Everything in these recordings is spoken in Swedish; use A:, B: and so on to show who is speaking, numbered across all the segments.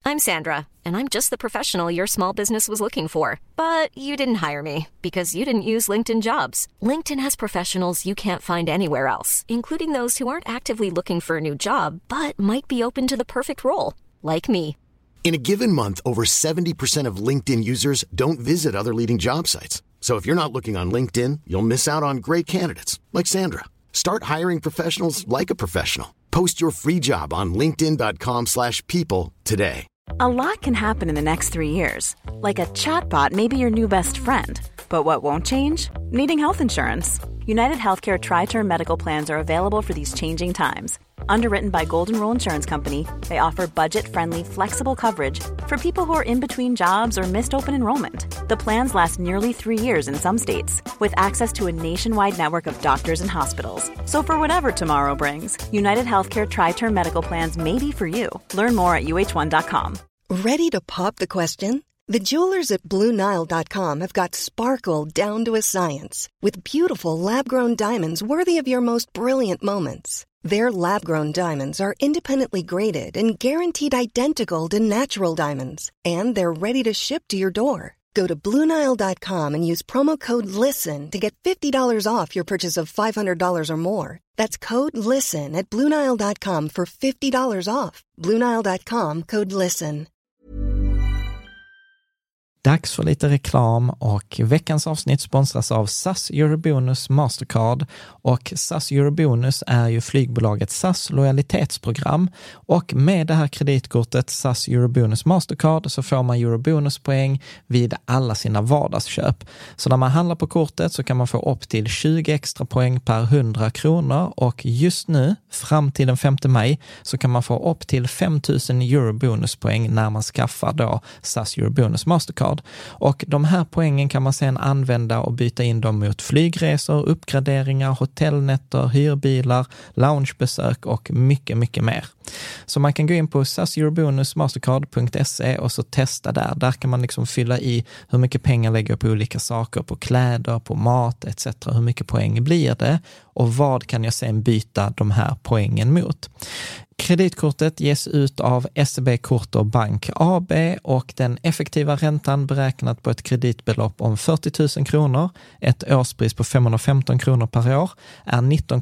A: I'm Sandra, and I'm just the professional your small business was looking for. But you didn't hire me because you didn't use LinkedIn Jobs. LinkedIn has professionals you can't find anywhere else, including those who aren't actively looking for a new job, but might be open to the perfect role, like me.
B: In a given month, over 70% of LinkedIn users don't visit other leading job sites. So if you're not looking on LinkedIn, you'll miss out on great candidates like Sandra. Start hiring professionals like a professional. Post your free job on linkedin.com/people today.
C: A lot can happen in the next 3 years. Like a chatbot may be your new best friend. But what won't change? Needing health insurance. United Healthcare Tri-Term Medical Plans are available for these changing times. Underwritten by Golden Rule Insurance Company, they offer budget-friendly, flexible coverage for people who are in between jobs or missed open enrollment. The plans last nearly 3 years in some states, with access to a nationwide network of doctors and hospitals. So for whatever tomorrow brings, United Healthcare Tri-Term Medical Plans may be for you. Learn more at uh1.com.
D: Ready to pop the question? The jewelers at BlueNile.com have got sparkle down to a science with beautiful lab-grown diamonds worthy of your most brilliant moments. Their lab-grown diamonds are independently graded and guaranteed identical to natural diamonds, and they're ready to ship to your door. Go to BlueNile.com and use promo code LISTEN to get $50 off your purchase of $500 or more. That's code LISTEN at BlueNile.com for $50 off. BlueNile.com, code LISTEN.
E: Dags för lite reklam, och veckans avsnitt sponsras av SAS Eurobonus Mastercard, och SAS Eurobonus är ju flygbolaget SAS lojalitetsprogram, och med det här kreditkortet SAS Eurobonus Mastercard så får man Eurobonuspoäng vid alla sina vardagsköp. Så när man handlar på kortet så kan man få upp till 20 extra poäng per 100 kronor, och just nu fram till den 5 maj så kan man få upp till 5 000 Eurobonuspoäng när man skaffar då SAS Eurobonus Mastercard. Och de här poängen kan man sedan använda och byta in dem mot flygresor, uppgraderingar, hotellnätter, hyrbilar, loungebesök och mycket, mycket mer. Så man kan gå in på saseurobonusmastercard.se och så testa där. Där kan man liksom fylla i hur mycket pengar lägger på olika saker, på kläder, på mat etc. Hur mycket poäng blir det och vad kan jag sen byta de här poängen mot. Kreditkortet ges ut av SEB Kort och Bank AB, och den effektiva räntan beräknat på ett kreditbelopp om 40 000 kronor, ett årspris på 515 kronor per år, är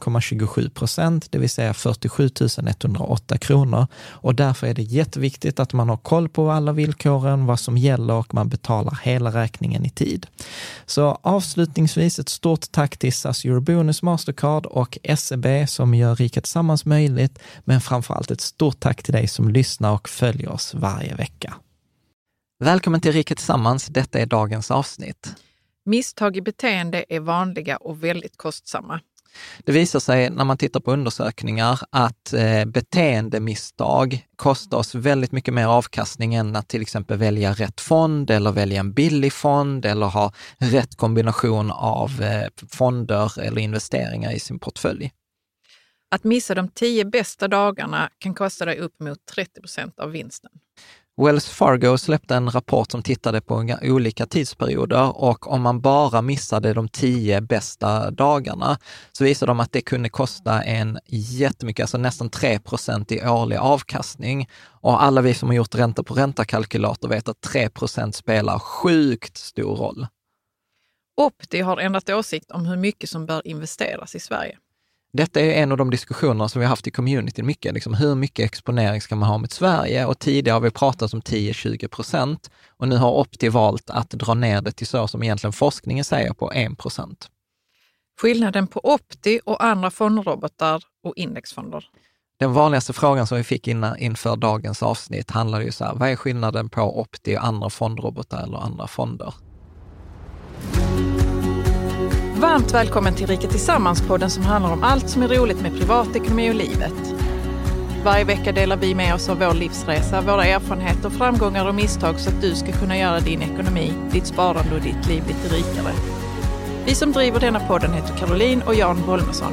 E: 19,27%, det vill säga 47 108 kronor. Och därför är det jätteviktigt att man har koll på alla villkoren, vad som gäller, och man betalar hela räkningen i tid. Så avslutningsvis ett stort tack till SAS Eurobonus Mastercard och SEB som gör Rika Tillsammans möjligt, men framförallt ett stort tack till dig som lyssnar och följer oss varje vecka. Välkommen till Rika Tillsammans, detta är dagens avsnitt.
F: Misstag i beteende är vanliga och väldigt kostsamma.
E: Det visar sig när man tittar på undersökningar att beteendemisstag kostar oss väldigt mycket mer avkastning än att till exempel välja rätt fond eller välja en billig fond eller ha rätt kombination av fonder eller investeringar i sin portfölj.
F: Att missa de 10 bästa dagarna kan kosta dig upp mot 30% av vinsten.
E: Wells Fargo släppte en rapport som tittade på olika tidsperioder, och om man bara missade de 10 bästa dagarna så visade de att det kunde kosta en jättemycket, alltså nästan 3% i årlig avkastning. Och alla vi som har gjort ränta på ränta-kalkylator vet att 3% spelar sjukt stor roll.
F: Opti har ändrat åsikt om hur mycket som bör investeras i Sverige.
E: Detta är en av de diskussioner som vi har haft i communityn mycket. Liksom, hur mycket exponering ska man ha med Sverige? Och tidigare har vi pratat om 10-20%. Och nu har Opti valt att dra ner det till så som egentligen forskningen säger på 1%.
F: Skillnaden på Opti och andra fondrobotar och indexfonder.
E: Den vanligaste frågan som vi fick inför dagens avsnitt handlar ju så här: vad är skillnaden på Opti och andra fondrobotar eller andra fonder?
F: Varmt välkommen till Rika Tillsammans-podden som handlar om allt som är roligt med privatekonomi och livet. Varje vecka delar vi med oss av vår livsresa, våra erfarenheter, framgångar och misstag så att du ska kunna göra din ekonomi, ditt sparande och ditt liv lite rikare. Vi som driver denna podden heter Caroline och Jan Bolmesson.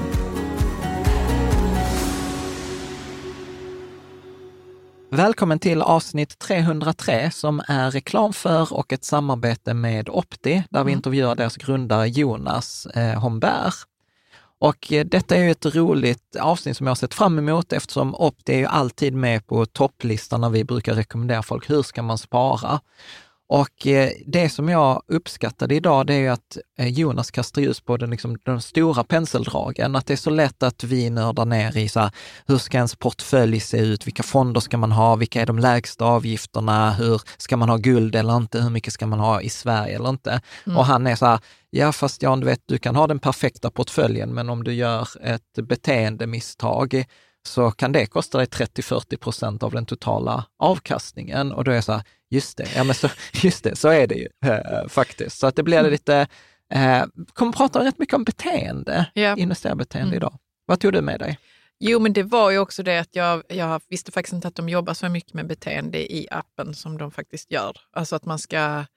E: Välkommen till avsnitt 303 som är reklam för och ett samarbete med Opti där vi intervjuar deras grundare Jonas Homberg. Och detta är ju ett roligt avsnitt som jag har sett fram emot eftersom Opti är ju alltid med på topplistan när vi brukar rekommendera folk hur ska man spara. Och det som jag uppskattade idag det är ju att Jonas kastar ljus på de stora penseldragen. Att det är så lätt att vi nördar ner i så här, hur ska ens portfölj se ut, vilka fonder ska man ha, vilka är de lägsta avgifterna, hur ska man ha guld eller inte, hur mycket ska man ha i Sverige eller inte. Och han är så här, ja fast Jan, du vet, du kan ha den perfekta portföljen men om du gör ett beteendemisstag så kan det kosta dig 30-40% av den totala avkastningen. Och då är jag så här, just det, så är det ju faktiskt. Så att det blir lite, kommer prata rätt mycket om beteende, investerarbeteende idag. Vad tog du med dig?
F: Jo, men det var ju också det att jag visste faktiskt inte att de jobbar så mycket med beteende i appen som de faktiskt gör. Alltså att man ska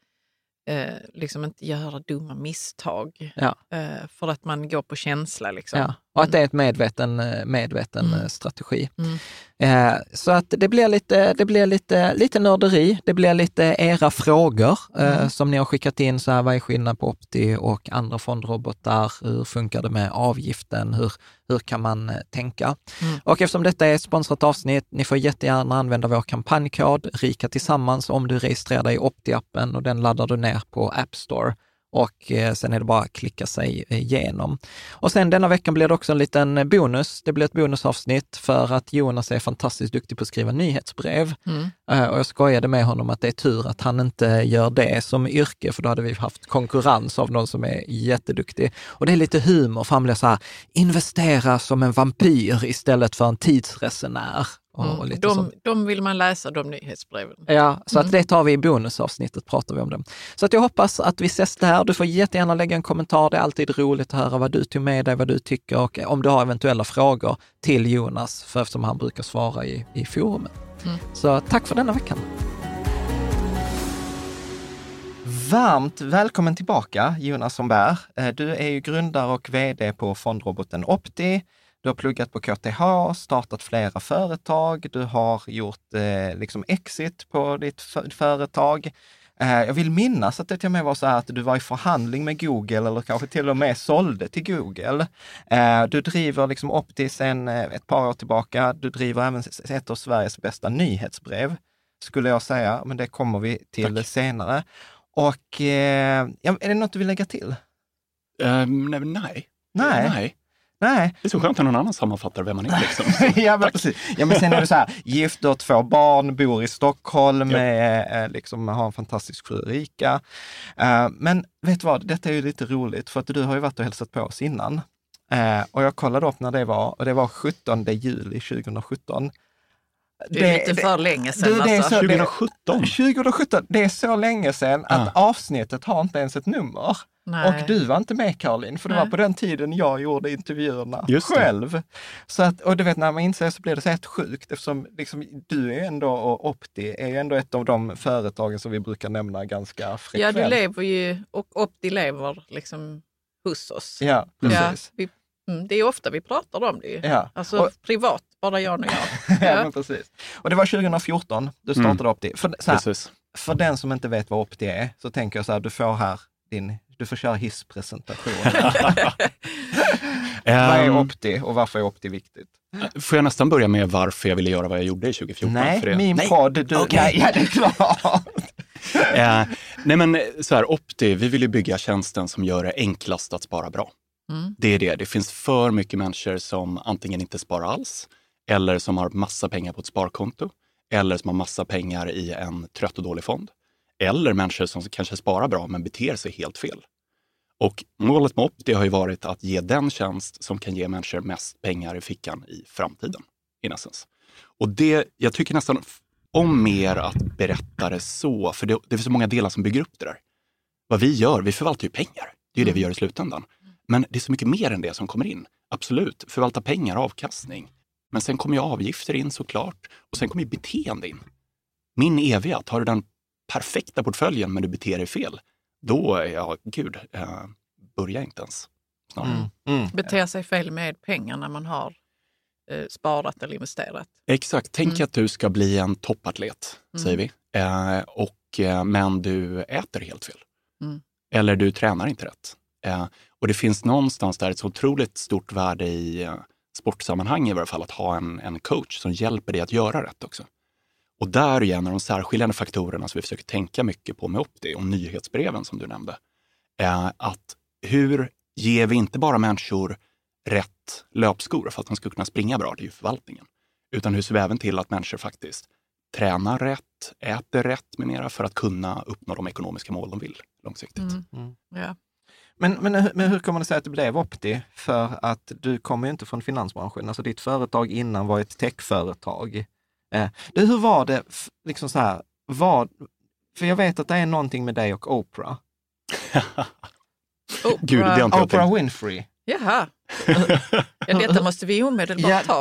F: liksom inte göra dumma misstag för att man går på känsla. Liksom.
E: Ja, och att det är ett medveten strategi. Så att det blir lite nörderi, det blir lite era frågor som ni har skickat in, så här, vad är skillnad på Opti och andra fondrobotar, hur funkar det med avgiften, hur kan man tänka? Och eftersom detta är ett sponsrat avsnitt, ni får jättegärna använda vår kampanjkod Rika Tillsammans om du registrerar dig i Opti-appen och den laddar du ner på App Store. Och sen är det bara att klicka sig igenom. Och sen denna veckan blir det också en liten bonus. Det blir ett bonusavsnitt för att Jonas är fantastiskt duktig på att skriva nyhetsbrev. Och jag skojade med honom att det är tur att han inte gör det som yrke, för då hade vi haft konkurrens av någon som är jätteduktig. Och det är lite humor, för han blir så här, investera som en vampyr istället för en tidsresenär.
F: De vill man läsa, de nyhetsbreven.
E: Ja, så att det tar vi i bonusavsnittet, pratar vi om dem. Så att jag hoppas att vi ses där. Du får jättegärna lägga en kommentar. Det är alltid roligt att höra vad du tog med dig, vad du tycker och om du har eventuella frågor till Jonas, för eftersom han brukar svara i forumet. Så tack för denna veckan. Varmt välkommen tillbaka, Jonas Sombär. Du är ju grundare och vd på fondroboten Opti. Du har pluggat på KTH, startat flera företag, du har gjort exit på ditt företag. Jag vill minnas att det till och med var så här att du var i förhandling med Google eller kanske till och med sålde till Google. Du driver Opti sedan ett par år tillbaka. Du driver även ett av Sveriges bästa nyhetsbrev, skulle jag säga, men det kommer vi till senare. Och är det något du vill lägga till? Nej. Nej.
G: Det är så skönt att någon annan sammanfattar vem man är. Liksom.
E: Ja, men precis. Ja, men sen är det så här, gift och 2 barn, bor i Stockholm, har en fantastisk fru Rika. Men vet du vad, detta är ju lite roligt för att du har ju varit och hälsat på oss innan. Och jag kollade upp när det var, och det var 17 juli 2017.
F: Det är lite för länge sedan.
G: 2017,
E: det är så länge sedan att avsnittet har inte ens ett nummer. Nej. Och du var inte med, Caroline, för det var på den tiden jag gjorde intervjuerna själv. Så att, och du vet, när man inser så blir det så helt sjukt, eftersom du är ändå, och Opti är ju ändå ett av de företagen som vi brukar nämna ganska frekvent.
F: Ja, du lever ju, och Opti lever hos oss.
E: Ja, precis.
F: Ja, det är ofta vi pratar om det.
E: Ja.
F: Alltså och, privat, bara jag och jag.
E: Ja, men precis. Och det var 2014 du startade Opti. För den som inte vet vad Opti är, så tänker jag så här, du får köra hisspresentation. Vad är Opti och varför är Opti viktigt?
G: Får jag nästan börja med varför jag ville göra vad jag gjorde i 2014?
E: Nej, podd. Okay. Nej, det är klart.
G: Nej, men så här, Opti, vi vill ju bygga tjänsten som gör det enklast att spara bra. Det är det. Det finns för mycket människor som antingen inte sparar alls, eller som har massa pengar på ett sparkonto, eller som har massa pengar i en trött och dålig fond. Eller människor som kanske sparar bra men beter sig helt fel. Och målet med Opti har ju varit att ge den tjänst som kan ge människor mest pengar i fickan i framtiden, i essens. Och jag tycker nästan om mer att berätta det så, för det är så många delar som bygger upp det där. Vad vi gör, vi förvaltar ju pengar. Det är ju det vi gör i slutändan. Men det är så mycket mer än det som kommer in. Absolut, förvalta pengar, avkastning. Men sen kommer ju avgifter in såklart. Och sen kommer ju beteende in. Min eviga, tar du den perfekta portföljen men du beter dig fel, då, börja inte ens.
F: Beter sig fel med pengar när man har sparat eller investerat.
G: Exakt, tänk att du ska bli en toppatlet, säger vi. Men du äter helt fel. Eller du tränar inte rätt. Och det finns någonstans där ett så otroligt stort värde i sportsammanhang i varje fall att ha en coach som hjälper dig att göra rätt också. Och där är en av de särskiljande faktorerna som vi försöker tänka mycket på med Opti och nyhetsbreven som du nämnde. Att hur ger vi inte bara människor rätt löpskor för att de ska kunna springa bra, det är ju förvaltningen. Utan hur ser vi även till att människor faktiskt tränar rätt, äter rätt med mera för att kunna uppnå de ekonomiska mål de vill långsiktigt.
F: Ja.
E: Men hur kommer det sig att det blev Opti? För att du kommer ju inte från finansbranschen. Alltså ditt företag innan var ett techföretag. Hur var det liksom så här? För jag vet att det är någonting med dig och Oprah.
G: Gud, det inte
E: Oprah Winfrey.
F: Jaha. Detta måste vi omedelbart ta.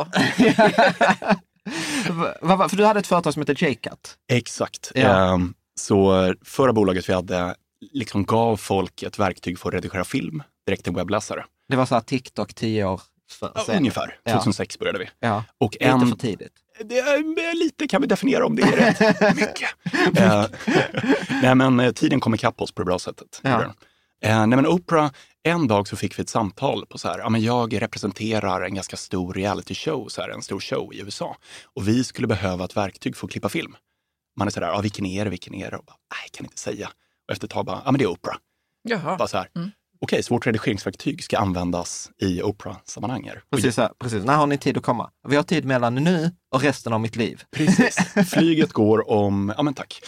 E: För du hade ett företag som heter J-Cut.
G: Exakt.
E: Ja.
G: Så förra bolaget vi hade liksom gav folk ett verktyg för att redigera film direkt till webbläsare.
E: Det var så här TikTok 10 år sen.
G: Ungefär. 2006 började vi.
E: Ja.
G: Och
E: lite för tidigt.
G: Det är lite kan vi definiera om det är rätt mycket. Nej men tiden kom ikapp oss på det bra sättet.
E: Ja.
G: Nej men Oprah, en dag så fick vi ett samtal på så här, ja men jag representerar en ganska stor reality show, så här, en stor show i USA. Och vi skulle behöva ett verktyg för att klippa film. Man är så där, ja vilken är det? Och bara, nej, kan inte säga. Och efter ett tag bara, ja men det är Oprah.
F: Jaha.
G: Bara så här, okej, så vårt redigeringsverktyg ska användas i Oprah-sammanhang.
E: Precis. När har ni tid att komma? Vi har tid mellan nu och resten av mitt liv.
G: Precis. Flyget går om, ja men tack.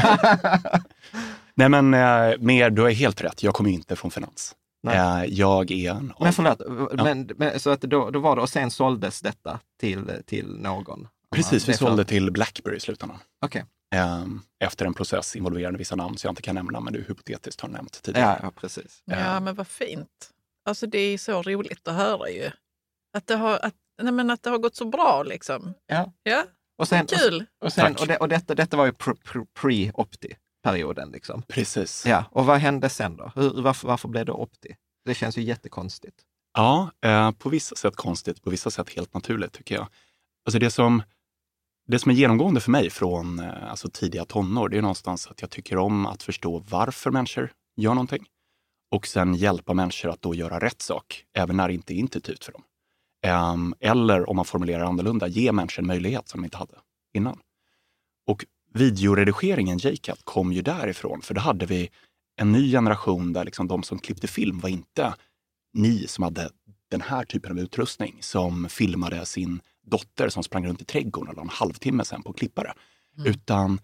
G: Nej men mer, du har helt rätt. Jag kommer inte från finans. Jag är en...
E: Men förlåt, men, så att då var det, och sen såldes detta till någon?
G: Precis, vi sålde till BlackBerry i slutändan.
E: Okej.
G: Efter en process involverande vissa namn så jag inte kan nämna, men du hypotetiskt har nämnt tidigare.
E: Ja, precis.
F: Ja, men vad fint. Alltså det är så roligt att höra ju. Att det har gått så bra liksom. Ja.
E: Och sen,
F: kul.
E: Och detta var ju pre-Opti-perioden liksom.
G: Precis.
E: Ja, och vad hände sen då? Varför blev det Opti? Det känns ju jättekonstigt.
G: Ja, på vissa sätt konstigt, på vissa sätt helt naturligt tycker jag. Alltså det som är genomgående för mig från alltså tidiga tonår, det är någonstans att jag tycker om att förstå varför människor gör någonting. Och sen hjälpa människor att då göra rätt sak, även när det inte är intuitivt för dem. Eller om man formulerar annorlunda, ge människor en möjlighet som de inte hade innan. Och videoredigeringen J-Cut kom ju därifrån, för då hade vi en ny generation där liksom de som klippte film var inte ni som hade den här typen av utrustning som filmade sin dotter som sprang runt i trädgården eller en halvtimme sen på att klippa det. Utan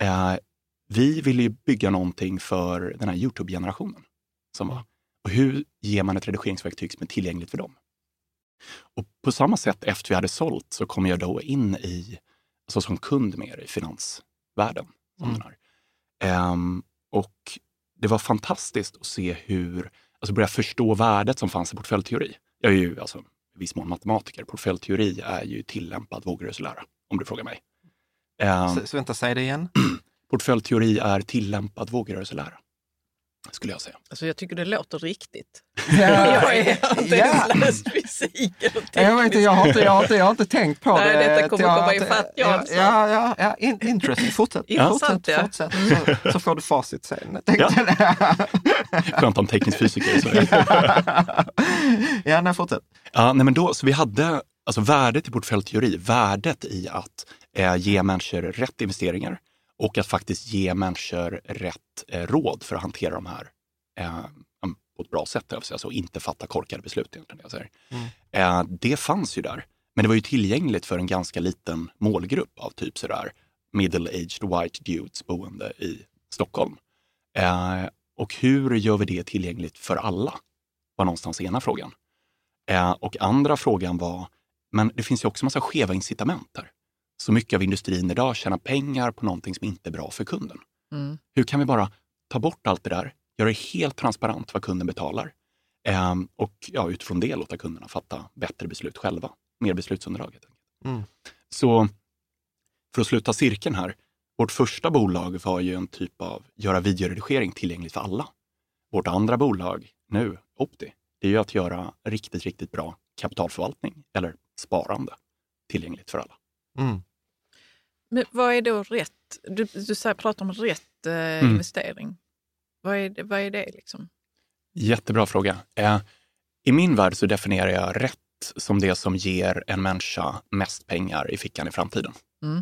G: vi ville ju bygga någonting för den här YouTube-generationen som var. Och hur ger man ett redigeringsverktyg som är tillgängligt för dem? Och på samma sätt efter vi hade sålt så kom jag då in i, alltså som kund mer i finansvärlden. Som den här. Och det var fantastiskt att se hur, alltså börja förstå värdet som fanns i portföljteori. Jag är ju alltså i viss mån matematiker. Portföljteori är ju tillämpad vågrörelselära, om du frågar mig.
E: Så vänta, säg det igen.
G: Portföljteori är tillämpad vågrörelselära, skulle jag säga.
F: Alltså jag tycker det låter riktigt.
E: Jag
F: har inte ens läst fysik eller teknisk.
E: Jag har inte tänkt på det.
F: Nej, detta kommer komma ifatt jag också.
E: Ja, interesting. Fortsätt. Så får du facit sen.
G: Skönt om teknisk fysiker.
E: Fortsätt.
G: Ja, nej men då, så vi hade alltså värdet i portföljteori, värdet i att ge människor rätt investeringar och att faktiskt ge människor rätt råd för att hantera de här på ett bra sätt, alltså inte fatta korkade beslut egentligen. Jag säger. Det fanns ju där, men det var ju tillgängligt för en ganska liten målgrupp av typ sådär middle-aged white dudes boende i Stockholm. Och hur gör vi det tillgängligt för alla? Var någonstans ena frågan. Och andra frågan var, men det finns ju också en massa skeva incitament där. Så mycket av industrin idag tjänar pengar på någonting som inte är bra för kunden. Hur kan vi bara ta bort allt det där, göra det helt transparent vad kunden betalar och utifrån det låta kunderna fatta bättre beslut själva, mer beslutsunderlag. Så för att sluta cirkeln här, vårt första bolag var ju en typ av göra videoredigering tillgängligt för alla. Vårt andra bolag nu, Opti, det är ju att göra riktigt, riktigt bra kapitalförvaltning eller sparande tillgängligt för alla.
F: Men vad är då rätt? Du pratar om rätt investering. Vad är det liksom?
G: Jättebra fråga. I min värld så definierar jag rätt som det som ger en människa mest pengar i fickan i framtiden.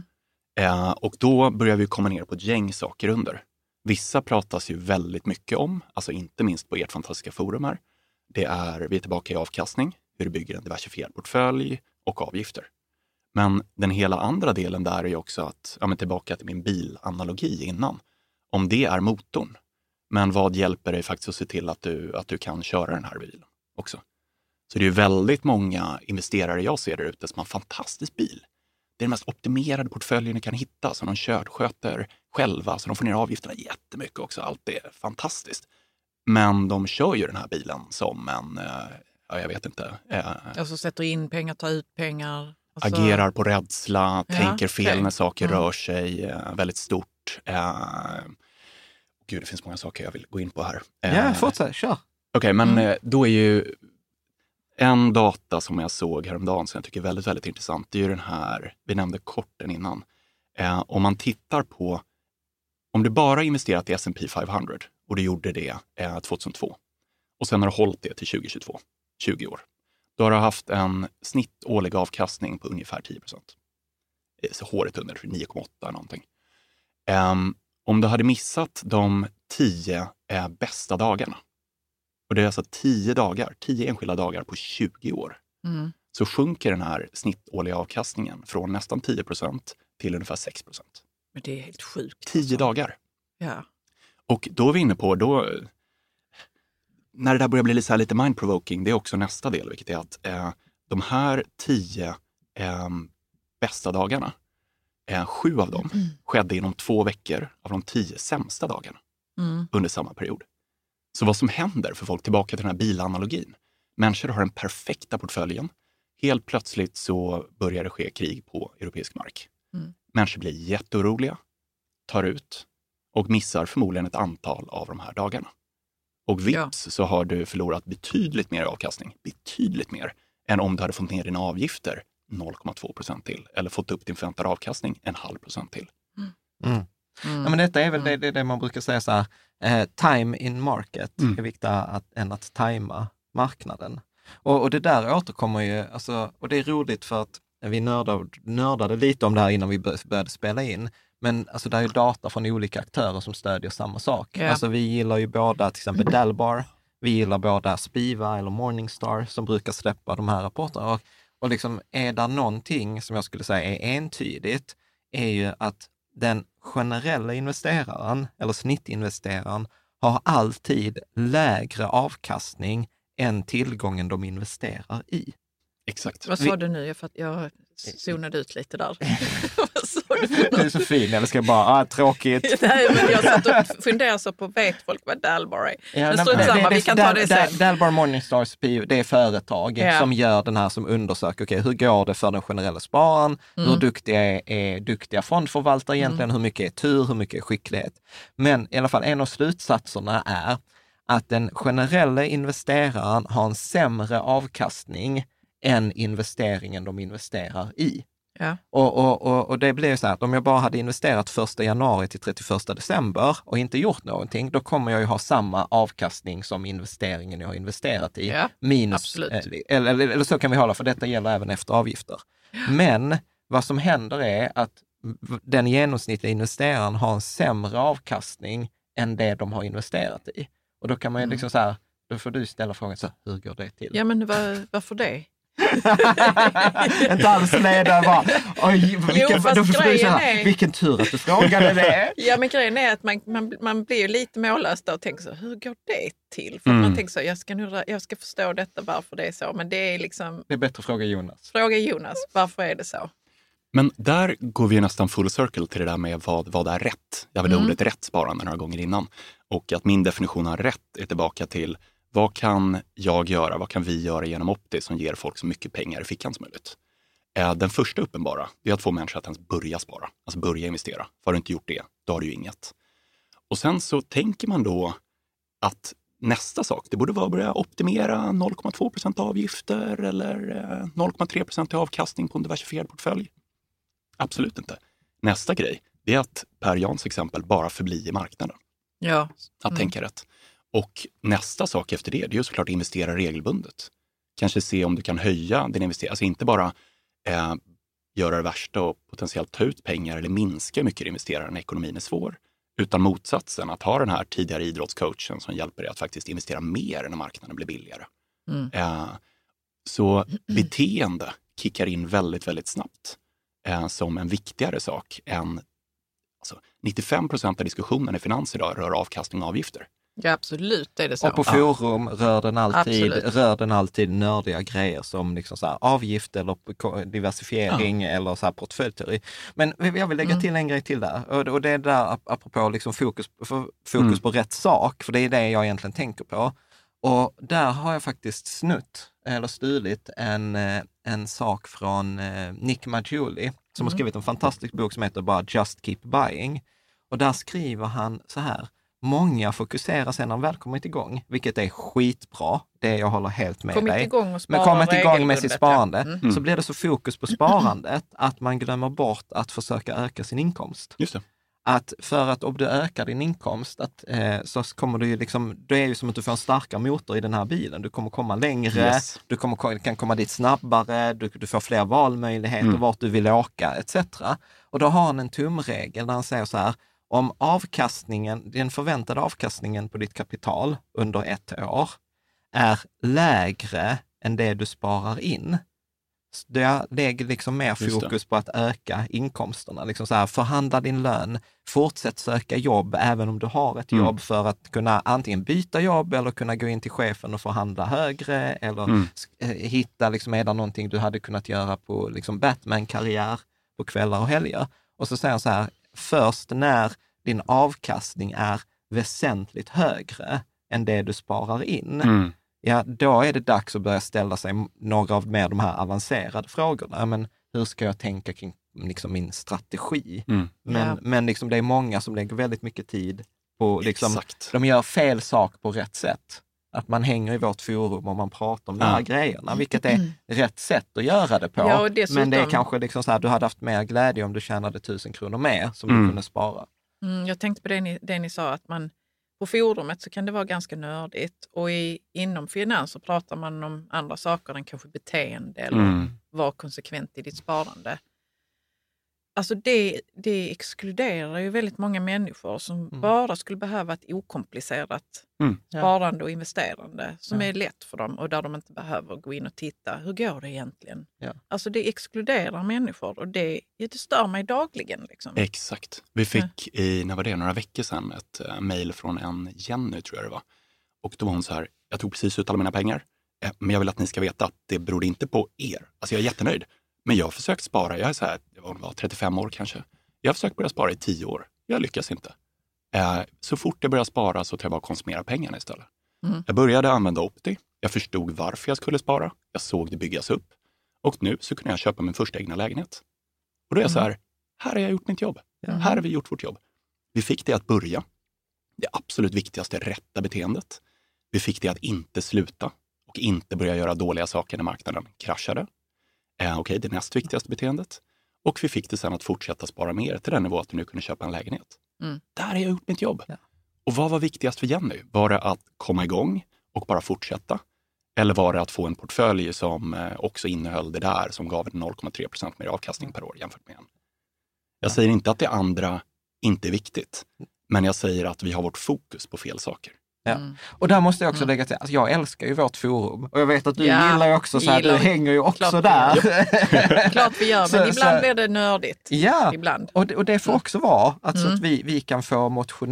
G: Och då börjar vi komma ner på ett gäng saker under. Vissa pratas ju väldigt mycket om, alltså inte minst på ert fantastiska forum här. Vi är tillbaka i avkastning, hur du bygger en diversifierad portfölj och avgifter. Men den hela andra delen där är ju också att, tillbaka till min bilanalogi innan, om det är motorn. Men vad hjälper dig faktiskt att se till att du kan köra den här bilen också? Så det är ju väldigt många investerare jag ser där ute som har en fantastisk bil. Det är den mest optimerade portföljen ni kan hitta, som de sköter själva, så de får ner avgifterna jättemycket också. Allt är fantastiskt. Men de kör ju den här bilen som en, jag vet inte.
F: Alltså sätter in pengar, tar ut pengar. Alltså...
G: Agerar på rädsla, tänker fel när saker rör sig väldigt stort. Gud, det finns många saker jag vill gå in på här.
E: Ja, fortsätt, kör.
G: Okej, men då är ju en data som jag såg häromdagen som jag tycker är väldigt, väldigt intressant. Det är ju den här, vi nämnde korten innan. Om man tittar på, om du bara investerat i S&P 500 och du gjorde det 2002 och sen har du hållit det till 2022, 20 år. Då har du haft en snitt årlig avkastning på ungefär 10%. Så håret under 9,8 någonting. Om du hade missat de 10 bästa dagarna, och det är alltså 10 enskilda dagar på 20 år, så sjunker den här snittårliga avkastningen från nästan 10% till ungefär 6%.
F: Men det är helt sjukt.
G: 10 dagar.
F: Ja.
G: Och då är vi inne på, när det där börjar bli lite mind-provoking, det är också nästa del, vilket är att de här 10 bästa dagarna, 7 av dem skedde inom 2 veckor av de 10 sämsta dagarna under samma period. Så vad som händer för folk, tillbaka till den här bilanalogin. Människor har den perfekta portföljen. Helt plötsligt så börjar det ske krig på europeisk mark. Människor blir jätteoroliga, tar ut och missar förmodligen ett antal av de här dagarna. Och vips så har du förlorat betydligt mer avkastning. Betydligt mer än om du hade fått ner dina avgifter 0,2% till. Eller fått upp din förväntade avkastning 0,5% till.
E: Ja, men detta är väl det man brukar säga så här, time in market är viktigare än att tajma marknaden. Och det där återkommer ju, alltså, och det är roligt för att vi nördade lite om det här innan vi började spela in. Men alltså, det är ju data från olika aktörer som stödjer samma sak.
F: Yeah.
E: Alltså, vi gillar ju båda till exempel Dalbar, vi gillar båda Spiva eller Morningstar som brukar släppa de här rapporterna. Och liksom, är det någonting som jag skulle säga är entydigt, är ju att den generella investeraren eller snittinvesteraren har alltid lägre avkastning än tillgången de investerar i.
G: Exakt.
F: Vad sa du nu? För att jag zonade ut lite där. Vad sa du?
E: Det är så fin, eller ska jag bara, tråkigt.
F: Nej, men jag satt och funderade så på, vet folk vad Dalbar är? Men strunt samma, vi kan ta det sen.
E: Dalbar Morningstar, det är företag som gör den här, som undersöker, hur går det för den generella spararen? Hur duktiga är duktiga fondförvaltare egentligen? Hur mycket är tur? Hur mycket är skicklighet? Men i alla fall en av slutsatserna är att den generella investeraren har en sämre avkastning än investeringen de investerar i.
F: Ja.
E: Och det blev så här att om jag bara hade investerat 1 januari till 31 december och inte gjort någonting, då kommer jag ju ha samma avkastning som investeringen jag har investerat i.
F: Ja,
E: minus, eller så kan vi hålla, för detta gäller även efter avgifter. Men vad som händer är att den genomsnittliga investeraren har en sämre avkastning än det de har investerat i. Och då kan man ju liksom så här, då får du ställa frågan så, hur går det till?
F: Ja, men varför det?
E: Inte alls ledare bara, vilken tur att du frågade det.
F: Ja, men grejen är att man blir ju lite mållös och tänker så, hur går det till? För man tänker så, jag ska förstå detta, varför det är så. Men det är liksom...
E: Det är bättre att fråga Jonas.
F: Fråga Jonas, varför är det så?
G: Men där går vi nästan full circle till det där med vad är rätt. Jag vill ordet rätt sparande några gånger innan. Och att min definition av rätt är tillbaka till, vad kan jag göra, vad kan vi göra genom Opti som ger folk så mycket pengar i fickan som möjligt? Den första uppenbara är att få människor att ens börja spara, alltså börja investera. För har du inte gjort det, då har du ju inget. Och sen så tänker man då att nästa sak, det borde vara att börja optimera 0,2% avgifter eller 0,3% avkastning på en diversifierad portfölj. Absolut inte. Nästa grej, det är att Per Jans exempel bara förbli i marknaden.
F: Ja.
G: Att tänka rätt. Och nästa sak efter det är ju såklart att investera regelbundet. Kanske se om du kan höja din investering. Alltså inte bara göra det värsta och potentiellt ta ut pengar eller minska hur mycket du investerar när ekonomin är svår. Utan motsatsen, att ha den här tidigare idrottscoachen som hjälper dig att faktiskt investera mer när marknaden blir billigare. Så beteende kickar in väldigt, väldigt snabbt som en viktigare sak än 95% av diskussionen i finans idag rör avkastning och avgifter.
F: Ja, absolut, det är det så.
E: Och på forum rör den alltid nördiga grejer som liksom så här avgift eller diversifiering eller så här portföljteori. Men jag vill lägga till en grej till där. Och det är där apropå liksom fokus på rätt sak, för det är det jag egentligen tänker på. Och där har jag faktiskt stulit en sak från Nick Maggiulli som har skrivit en fantastisk bok som heter bara Just Keep Buying. Och där skriver han så här: många fokuserar sen när de väl kommit igång, vilket är skitbra. Det jag håller helt med dig. Men kommit igång med sitt sparande, så blir det så fokus på sparandet att man glömmer bort att försöka öka sin inkomst.
G: Just det.
E: Att för att om du ökar din inkomst så kommer du ju liksom, det är ju som att du får en starkare motor i den här bilen. Du kommer komma längre, du kan komma dit snabbare, du får fler valmöjligheter, vart du vill åka etc. Och då har han en tumregel där han säger så här: om den förväntade avkastningen på ditt kapital under 1 år är lägre än det du sparar in, det lägger liksom mer fokus på att öka inkomsterna. Liksom så här, förhandla din lön, fortsätt söka jobb även om du har ett jobb, för att kunna antingen byta jobb eller kunna gå in till chefen och förhandla högre, eller hitta liksom, är det någonting du hade kunnat göra på liksom Batman-karriär på kvällar och helger. Och så säger han så här: först när din avkastning är väsentligt högre än det du sparar in, då är det dags att börja ställa sig några av de här avancerade frågorna. Men hur ska jag tänka kring liksom min strategi? Men liksom, det är många som lägger väldigt mycket tid på, liksom, de gör fel sak på rätt sätt. Att man hänger i vårt forum och man pratar om de här grejerna, vilket är rätt sätt att göra det på. Ja, men det är kanske liksom så här, du hade haft mer glädje om du tjänade 1000 kronor mer som du kunde spara.
F: Jag tänkte på det ni sa, att man på forumet så kan det vara ganska nördigt, och inom finans så pratar man om andra saker än kanske beteende eller vara konsekvent i ditt sparande. Alltså det exkluderar ju väldigt många människor som bara skulle behöva ett okomplicerat sparande och investerande som är lätt för dem, och där de inte behöver gå in och titta, hur går det egentligen? Ja. Alltså det exkluderar människor, och det stör mig dagligen. Liksom.
G: Exakt. Vi fick några veckor sedan ett mejl från en Jenny, tror jag det var. Och då var hon så här: jag tog precis ut alla mina pengar, men jag vill att ni ska veta att det beror inte på er. Alltså jag är jättenöjd. Men jag har försökt spara, jag är så här, jag var 35 år kanske. Jag har försökt börja spara i 10 år. Jag lyckas inte. Så fort jag börjar spara så tar jag bara konsumera pengarna istället. Jag började använda Opti. Jag förstod varför jag skulle spara. Jag såg det byggas upp. Och nu så kunde jag köpa min första egna lägenhet. Och då är jag så här har jag gjort mitt jobb. Här har vi gjort vårt jobb. Vi fick det att börja. Det absolut viktigaste, rätta beteendet. Vi fick det att inte sluta och inte börja göra dåliga saker när marknaden kraschade. Okej, det näst viktigaste beteendet. Och vi fick det sen att fortsätta spara mer till den nivå att du nu kunde köpa en lägenhet. Där har jag gjort mitt jobb. Ja. Och vad var viktigast för Jenny? Var det att komma igång och bara fortsätta? Eller var det att få en portfölj som också innehöll det där som gav 0,3% mer avkastning per år jämfört med en? Jag säger inte att det andra inte är viktigt. Men jag säger att vi har vårt fokus på fel saker.
E: Ja. Och där måste jag också lägga till, alltså jag älskar ju vårt forum, och jag vet att du gillar ju också så här, du hänger ju också där.
F: Klart vi gör, men ibland blir det nördigt.
E: Ja,
F: ibland.
E: Och det får också vara så att vi kan få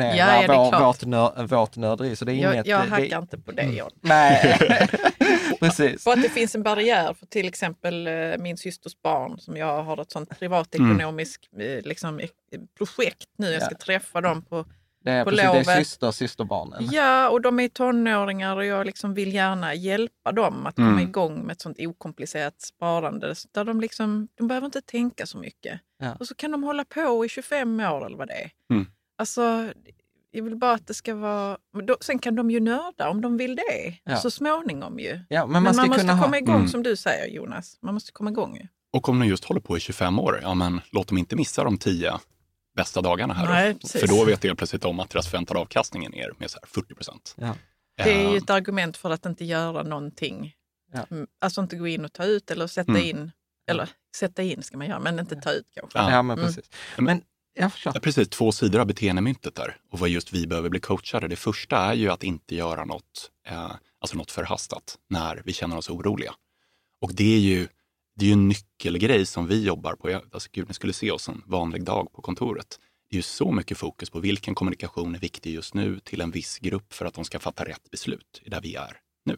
E: motionera vårt nörderi. Så det är
F: jag hackar inte på det, John.
E: Nej, precis.
F: Och att det finns en barriär för till exempel min systers barn, som jag har ett sånt privatekonomiskt liksom, projekt nu. Jag ska träffa dem på
E: det är systerbarnen.
F: Ja, och de är tonåringar, och jag liksom vill gärna hjälpa dem att komma igång med ett sånt okomplicerat sparande. Där de behöver inte tänka så mycket. Ja. Och så kan de hålla på i 25 år eller vad det är. Alltså, jag vill bara att det ska vara... Sen kan de ju nörda om de vill det. Så småningom ju. Ja, men man måste komma igång som du säger, Jonas. Man måste komma igång ju.
G: Och om de just håller på i 25 år, ja men låt dem inte missa de 10 bästa dagarna här.
F: Nej,
G: för då vet jag plötsligt om att deras förväntade avkastningen är med så här 40%.
E: Ja.
F: Det är ju ett argument för att inte göra någonting.
E: Ja.
F: Alltså inte gå in och ta ut eller sätta in. Eller sätta in ska man göra, men inte ta ut kanske.
E: Ja, men precis. Men jag förstår.
G: Ja, precis, 2 sidor av beteendemyntet där. Och vad just vi behöver bli coachade. Det första är ju att inte göra något förhastat när vi känner oss oroliga. Och det är ju en nyckelgrej som vi jobbar på. Alltså gud, ni skulle se oss en vanlig dag på kontoret. Det är ju så mycket fokus på vilken kommunikation är viktig just nu till en viss grupp för att de ska fatta rätt beslut där vi är nu.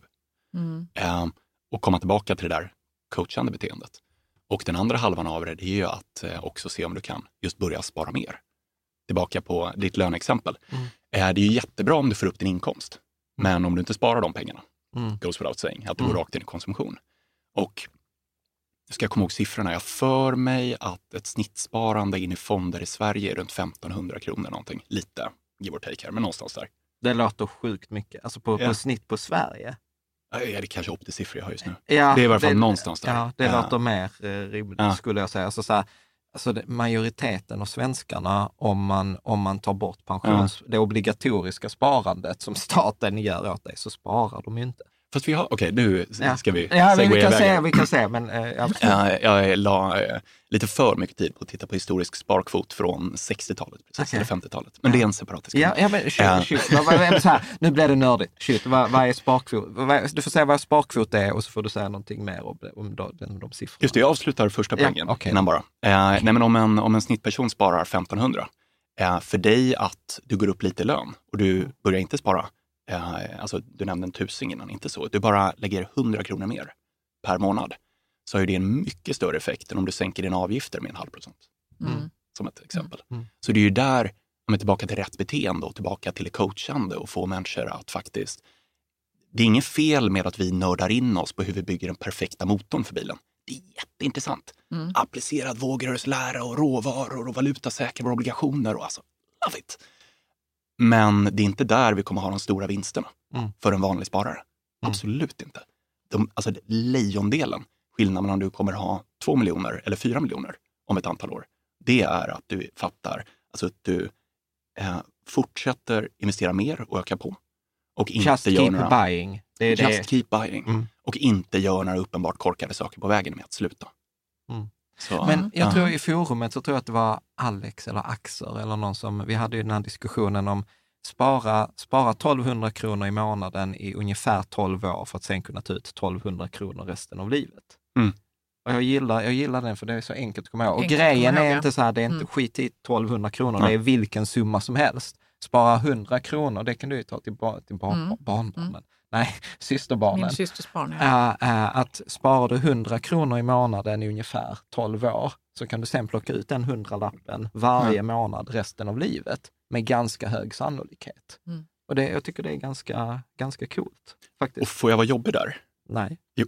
G: Och komma tillbaka till det där coachande beteendet. Och den andra halvan av det är ju att också se om du kan just börja spara mer. Tillbaka på ditt löneexempel. Det är ju jättebra om du får upp din inkomst. Men om du inte sparar de pengarna, goes without saying, att du går rakt in i konsumtion. Och jag ska komma ihåg siffrorna. Jag för mig att ett snittsparande in i fonder i Sverige är runt 1500 kronor någonting. Lite, give or take här, men någonstans där.
E: Det låter sjukt mycket. Alltså på snitt på Sverige.
G: Ja, det är kanske 80-siffror jag har just nu.
E: Ja,
G: det är i alla fall någonstans där.
E: Ja, det låter mer rimligt skulle jag säga. Alltså så här, majoriteten av svenskarna, om man tar bort det obligatoriska sparandet som staten gör åt dig, så sparar de ju inte.
G: Fast vi har, okej, nu ska vi
E: vi kan se, men
G: jag la lite för mycket tid på att titta på historisk sparkvot från 60-talet, precis, eller 50-talet. Men det är en separat diskussion.
E: Ja, men så här, nu blir det nördigt. Vad är sparkvot? Du får säga vad sparkvot är och så får du säga någonting mer om de siffrorna.
G: Just det, jag avslutar första poängen innan bara. Nej, men om en snittperson sparar 1500, för dig att du går upp lite i lön och du börjar inte spara. Alltså du nämnde en 1000 innan, inte så. Du bara lägger 100 kronor mer per månad. Så har det en mycket större effekt än om du sänker dina avgifter med 0,5%. Som ett exempel. Så det är ju där, om vi är tillbaka till rätt beteende och tillbaka till det coachande och få människor att faktiskt... Det är inget fel med att vi nördar in oss på hur vi bygger den perfekta motorn för bilen. Det är jätteintressant. Applicerad vågrörelselära och råvaror och valutasäkra obligationer och alltså, love it. Men det är inte där vi kommer ha de stora vinsterna för en vanlig sparare. Absolut inte. Alltså lejondelen, skillnaden mellan du kommer ha 2 miljoner eller 4 miljoner om ett antal år, det är att du fattar, alltså att du fortsätter investera mer och öka på. Och inte
E: just
G: gör
E: keep buying.
G: Just keep buying. Och inte gör några uppenbart korkade saker på vägen med att sluta. Så,
E: men jag tror i forumet så tror jag att det var Alex eller Axer eller någon som, vi hade ju den här diskussionen om spara 1200 kronor i månaden i ungefär 12 år för att sen kunna ta ut 1200 kronor resten av livet. Och jag gillar den för det är så enkelt att komma ihåg. Och grejen är inte så här, det är inte skit i 1200 kronor, det är vilken summa som helst. Spara 100 kronor, det kan du ju ta till barnbarnen. Nej, systerbarnen.
F: Min systers barn,
E: att sparar du 100 kronor i månaden i ungefär 12 år så kan du sen plocka ut den 100-lappen varje månad resten av livet med ganska hög sannolikhet. Och jag tycker det är ganska coolt faktiskt.
G: Och får jag vara jobbig där?
E: Nej.
G: Jo.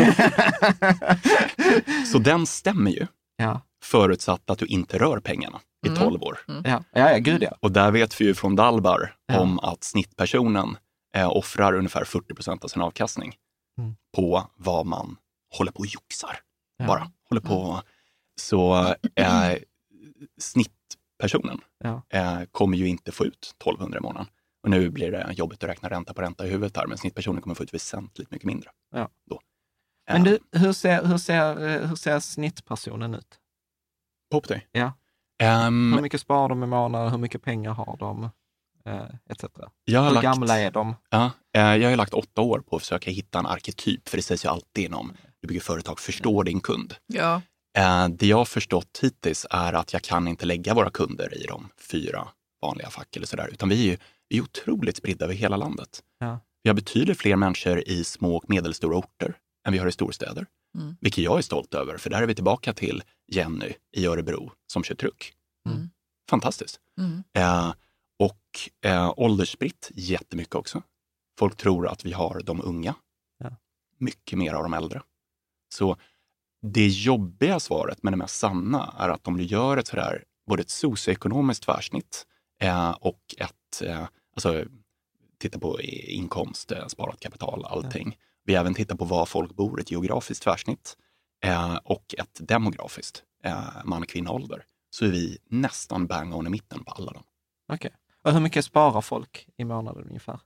G: Så den stämmer ju.
E: Ja.
G: Förutsatt att du inte rör pengarna i 12 år.
E: Ja, gud ja.
G: Och där vet vi ju från Dalbar om att snittpersonen offrar ungefär 40% av sin avkastning på vad man håller på och joxar. Bara håller på. Så snittpersonen kommer ju inte få ut 1200 i månaden. Och nu blir det jobbigt att räkna ränta på ränta i huvudet här, men snittpersonen kommer få ut väsentligt mycket mindre.
E: Ja.
G: Då.
E: Men du, hur ser snittpersonen ut?
G: På dig?
E: Ja. Hur mycket sparar de i månaden? Hur mycket pengar har de? Etc. Hur gamla är de?
G: Ja, jag har lagt 8 år på att försöka hitta en arketyp, för det sägs ju alltid inom du bygger företag, förstår din kund.
F: Ja.
G: Det jag har förstått hittills är att jag kan inte lägga våra kunder i de 4 vanliga fack eller sådär, utan vi är otroligt spridda över hela landet.
E: Ja.
G: Vi har betydligt fler människor i små och medelstora orter än vi har i storstäder. Vilket jag är stolt över, för där är vi tillbaka till Jenny i Örebro som kör truck. Fantastiskt. Och åldersspritt jättemycket också. Folk tror att vi har de unga. Mycket mer av de äldre. Så det jobbiga svaret, men det mest sanna, är att om du gör ett sådär, både ett socioekonomiskt tvärsnitt och ett, alltså titta på inkomst, sparat kapital, allting. Vi även tittar på var folk bor, ett geografiskt tvärsnitt och ett demografiskt, man, kvinna, ålder. Så är vi nästan bang on i mitten på alla dem.
E: Okej. Och hur mycket sparar folk i månaden ungefär?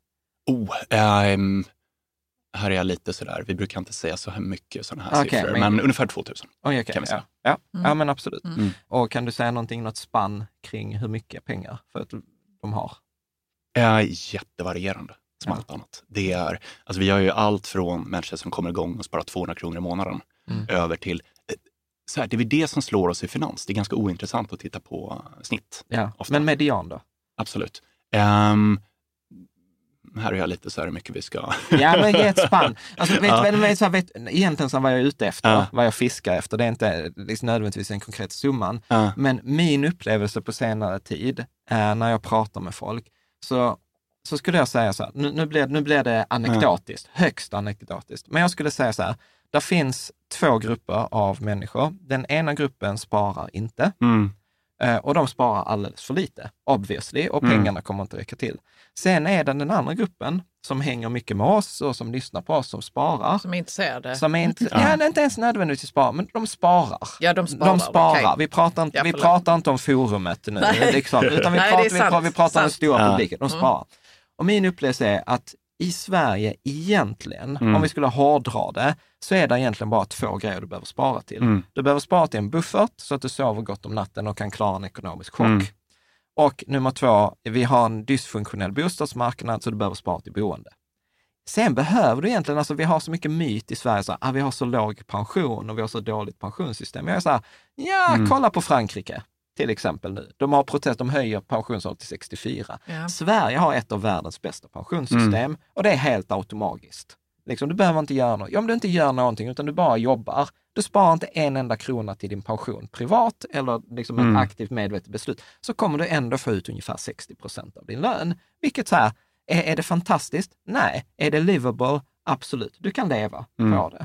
G: Här är jag lite sådär, vi brukar inte säga så här mycket sådana här siffror, men ungefär 2000 kan vi säga.
E: Ja, men absolut. Och kan du säga något spann kring hur mycket pengar för att de har?
G: Jättevarierande, som allt annat. Det är, alltså vi har ju allt från människor som kommer igång och sparar 200 kronor i månaden över till, så här, det är det som slår oss i finans. Det är ganska ointressant att titta på snitt.
E: Ja, men median då?
G: Absolut. Här är jag lite så här hur mycket vi ska...
E: Ja, men ge ett spann. Alltså, egentligen så vad jag är ute efter, vad jag fiskar efter, det är inte liksom nödvändigtvis en konkret summan. Men min upplevelse på senare tid, när jag pratar med folk, så skulle jag säga så här, nu blir det anekdotiskt, högst anekdotiskt. Men jag skulle säga så här, där finns 2 grupper av människor. Den ena gruppen sparar inte. Och de sparar alldeles för lite, obviously, och pengarna kommer inte räcka till. Sen är det den andra gruppen som hänger mycket med oss och som lyssnar på oss, som sparar.
F: Som är intresserade.
E: Som är inte, inte ens nödvändigtvis sparar, men de sparar.
F: Ja, de sparar. Okay.
E: Vi pratar inte om forumet nu, liksom, utan vi pratar om den stora publiken. De sparar. Och min upplevelse är att i Sverige egentligen, om vi skulle hårdra det, så är det egentligen bara 2 grejer du behöver spara till. Du behöver spara till en buffert så att du sover gott om natten och kan klara en ekonomisk chock. Och nummer 2, vi har en dysfunktionell bostadsmarknad så du behöver spara till boende. Sen behöver du egentligen, alltså vi har så mycket myt i Sverige, så vi har så låg pension och vi har så dåligt pensionssystem. Jag är så här, kolla på Frankrike till exempel nu. De har protest, de höjer pensionsåldern till 64. Ja. Sverige har ett av världens bästa pensionssystem och det är helt automatiskt. Liksom, du behöver inte göra något. Om du inte gör någonting utan du bara jobbar, du sparar inte en enda krona till din pension privat eller liksom ett aktivt medvetet beslut, så kommer du ändå få ut ungefär 60% av din lön. Vilket så här, är det fantastiskt? Nej. Är det livable? Absolut. Du kan leva på det.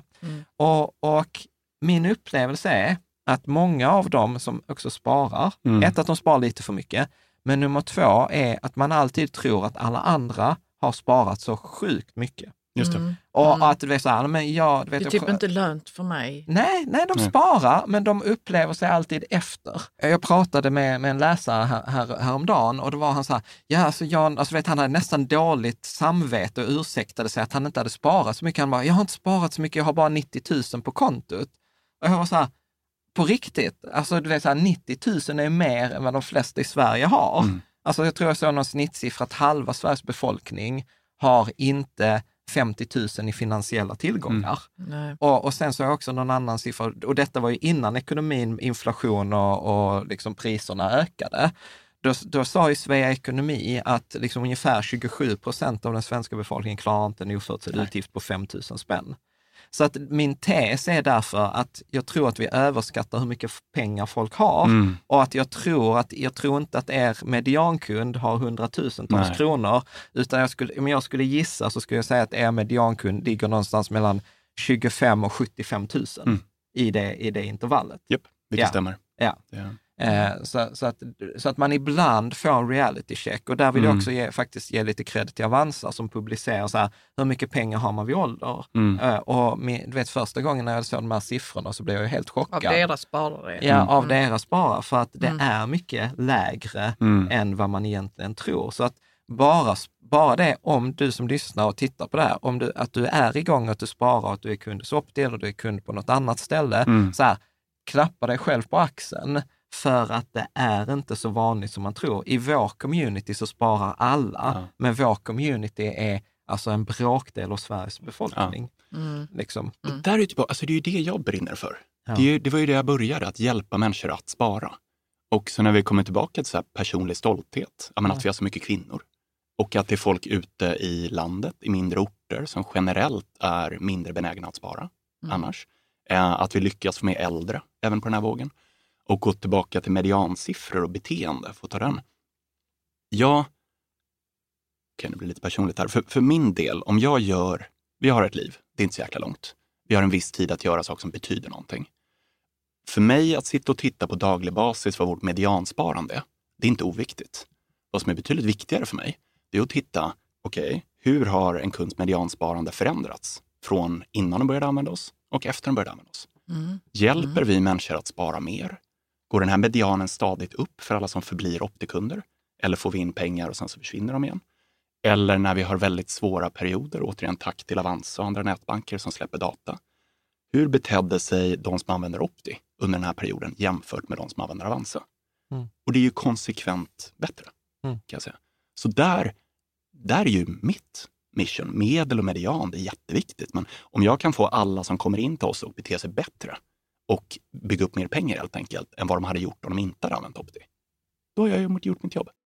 E: Och min upplevelse är att många av dem som också sparar, att de sparar lite för mycket, men nummer 2 är att man alltid tror att alla andra har sparat så sjukt mycket.
G: Just det.
E: Och att du vet så här, men jag...
F: Det är typ inte lönt för mig.
E: Nej, de sparar, men de upplever sig alltid efter. Jag pratade med en läsare häromdagen och då var han så här, alltså Jan, alltså vet han hade nästan dåligt samvete och ursäktade sig att han inte hade sparat så mycket. Han bara, jag har inte sparat så mycket, jag har bara 90 000 på kontot. Och jag var så här, på riktigt, alltså du vet så här, 90 000 är mer än vad de flesta i Sverige har. Alltså jag tror jag såg någon snittsiffra att halva Sveriges befolkning har inte 50 000 i finansiella tillgångar. Och sen så har jag också någon annan siffra, och detta var ju innan ekonomin, inflation och liksom priserna ökade. Då sa ju Svea Ekonomi att liksom ungefär 27% av den svenska befolkningen klarar inte en oförutsedd utgift på 5 000 spänn. Så att min tes är därför att jag tror att vi överskattar hur mycket pengar folk har och att jag tror inte att er mediankund har 100 000-tals kronor, utan om jag skulle gissa så skulle jag säga att er mediankund ligger någonstans mellan 25 och 75 000 i det intervallet.
G: Japp, vilket stämmer.
E: Ja. Så att man ibland får en reality check, och där vill jag också ge lite cred till Avanza som publicerar så här, hur mycket pengar har man vid ålder. Och du vet, första gången när jag såg de här siffrorna så blev jag helt chockad.
F: Av deras sparare.
E: Ja, av deras sparare, för att det är mycket lägre än vad man egentligen tror. Så att bara det, om du som lyssnar och tittar på det här, att du är igång, att du sparar, att du är kund hos Opti eller du är kund på något annat ställe, så här, klappa dig själv på axeln, för att det är inte så vanligt som man tror. I vår community så sparar alla, men vår community är alltså en bråkdel av Sveriges befolkning. Liksom.
G: Där är typ, alltså det är ju det jag brinner för. Det var ju det jag började, att hjälpa människor att spara. Och så när vi kommer tillbaka till så här personlig stolthet, att vi har så mycket kvinnor. Och att det är folk ute i landet, i mindre orter, som generellt är mindre benägna att spara annars. Att vi lyckas få med äldre även på den här vågen. Och gå tillbaka till mediansiffror och beteende, för att ta den. Kan det bli lite personligt här. För min del, om vi har ett liv, det är inte så jäkla långt. Vi har en viss tid att göra saker som betyder någonting. För mig att sitta och titta på daglig basis vad vårt mediansparande, det är inte oviktigt. Vad som är betydligt viktigare för mig, det är att titta, hur har en kunds mediansparande förändrats från innan de började använda oss och efter de började använda oss? Hjälper vi människor att spara mer? Går den här medianen stadigt upp för alla som förblir optikunder? Eller får vi in pengar och sen så försvinner de igen? Eller när vi har väldigt svåra perioder, återigen tack till Avanza och andra nätbanker som släpper data. Hur betedde sig de som använder Opti under den här perioden jämfört med de som använder Avanza? Och det är ju konsekvent bättre, kan jag säga. Så där är ju mitt mission, medel och median, det är jätteviktigt. Men om jag kan få alla som kommer in till oss och bete sig bättre och bygga upp mer pengar helt enkelt än vad de hade gjort om de inte hade använt Opti, då har jag ju gjort mitt jobb.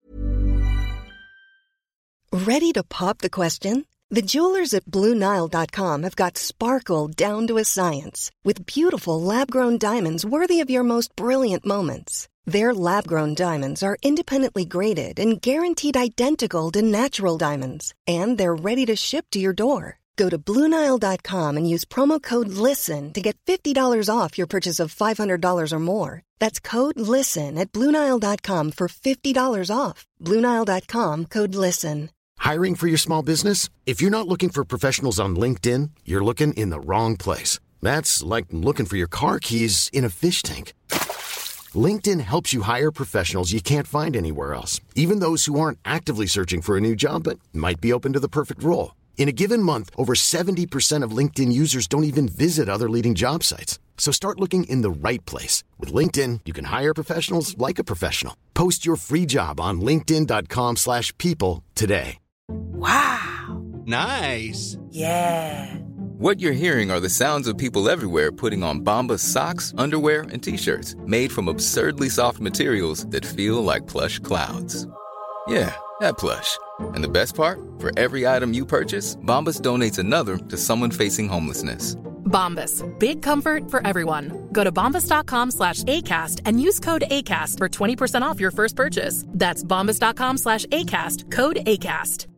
D: Ready to pop the question? The jewelers at BlueNile.com have got sparkle down to a science with beautiful lab-grown diamonds worthy of your most brilliant moments. Their lab-grown diamonds are independently graded and guaranteed identical to natural diamonds, and they're ready to ship to your door. Go to BlueNile.com and use promo code LISTEN to get $50 off your purchase of $500 or more. That's code LISTEN at BlueNile.com for $50 off. BlueNile.com, code LISTEN.
B: Hiring for your small business? If you're not looking for professionals on LinkedIn, you're looking in the wrong place. That's like looking for your car keys in a fish tank. LinkedIn helps you hire professionals you can't find anywhere else, even those who aren't actively searching for a new job but might be open to the perfect role. In a given month, over 70% of LinkedIn users don't even visit other leading job sites. So start looking in the right place. With LinkedIn, you can hire professionals like a professional. Post your free job on linkedin.com/people today.
H: Wow.
I: Nice.
H: Yeah.
I: What you're hearing are the sounds of people everywhere putting on Bombas socks, underwear, and T-shirts made from absurdly soft materials that feel like plush clouds. Yeah, that plush. And the best part? For every item you purchase, Bombas donates another to someone facing homelessness.
J: Bombas, big comfort for everyone. Go to bombas.com/ACAST and use code ACAST for 20% off your first purchase. That's bombas.com/ACAST, code ACAST.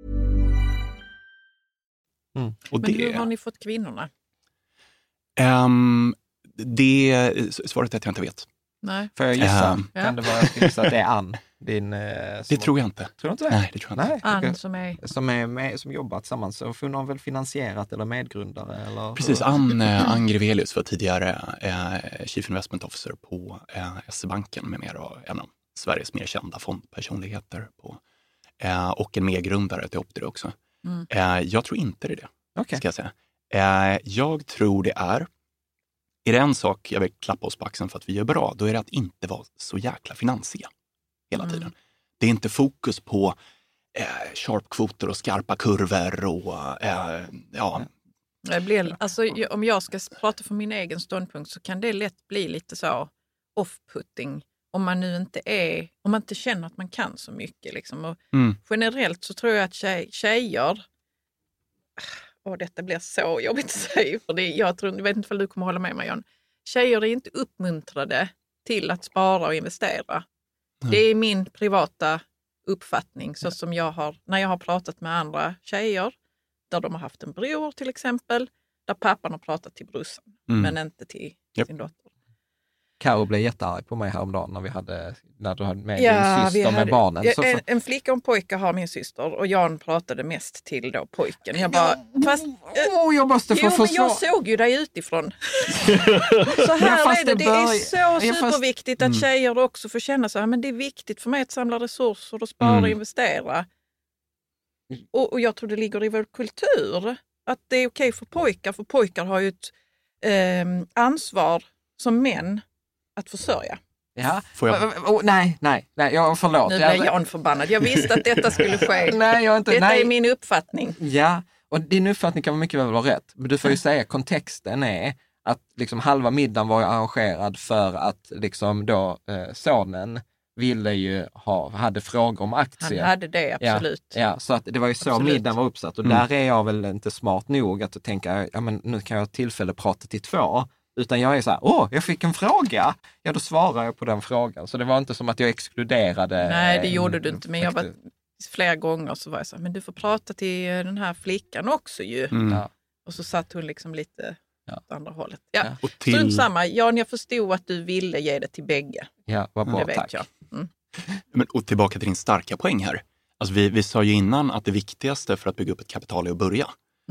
G: Och
F: men hur har ni fått kvinnorna?
G: Svaret är att jag inte vet.
F: Nej.
E: Får jag gissa? Kan det vara att det är Ann?
G: Det tror jag inte.
E: Tror du inte det?
G: Nej, det tror jag inte.
F: Ann
E: som jobbar tillsammans. Så hon har väl finansierat eller medgrundare? Eller?
G: Precis, Ann Grevelius var tidigare Chief Investment Officer på SE-banken med mer av en av Sveriges mer kända fondpersonligheter och en medgrundare till Opti också. Jag tror inte det är det, ska jag säga. Jag tror det är det en sak jag vill klappa oss på axeln för att vi gör bra, då är det att inte vara så jäkla finansiga hela tiden. Det är inte fokus på sharp-kvoter och skarpa kurvor och
F: om jag ska prata för min egen ståndpunkt så kan det lätt bli lite så off-putting om man inte känner att man kan så mycket liksom. Och generellt så tror jag att tjejer detta blir så jobbigt att säga för jag vet inte om du kommer hålla med mig, Jan. Tjejer är inte uppmuntrade till att spara och investera. Det är min privata uppfattning så som när jag har pratat med andra tjejer där de har haft en bror till exempel, där pappan har pratat till brorsan men inte till sin dotter.
E: Karo blev jättearg på mig häromdagen när du hade med din syster med barnen.
F: En flicka och en pojke har min syster och Jan pratade mest till då pojken. Jag bara,
E: jag måste få
F: men jag såg ju dig utifrån. Så här är det. Det är så superviktigt att tjejer också får känna så här, men det är viktigt för mig att samla resurser och spara och investera. Och jag tror det ligger i vår kultur att det är okej för pojkar har ju ett ansvar som män att försörja.
E: Ja. Nej, förlåt.
F: Nu blir Jan förbannad. Jag visste att detta skulle ske. Detta är min uppfattning.
E: Ja, och din uppfattning kan mycket väl vara rätt. Men du får ju säga kontexten är att liksom halva middagen var arrangerad för att liksom då sonen hade frågor om aktier.
F: Han hade det, absolut.
E: Ja, så att det var ju så middagen var uppsatt. Och där är jag väl inte smart nog att tänka, men nu kan jag ha tillfälle att prata till två. Utan jag är så här, jag fick en fråga. Ja, då svarar jag på den frågan. Så det var inte som att jag exkluderade.
F: Nej, det gjorde du inte. Men jag var flera gånger så var jag så här, men du får prata till den här flickan också ju. Ja. Och så satt hon liksom lite åt andra hållet. Ja. Strunt samma. Jan, jag förstod att du ville ge det till bägge.
E: Ja, vad bra,
F: det
E: tack.
F: Vet jag.
G: Och tillbaka till din starka poäng här. Alltså vi sa ju innan att det viktigaste för att bygga upp ett kapital är att börja.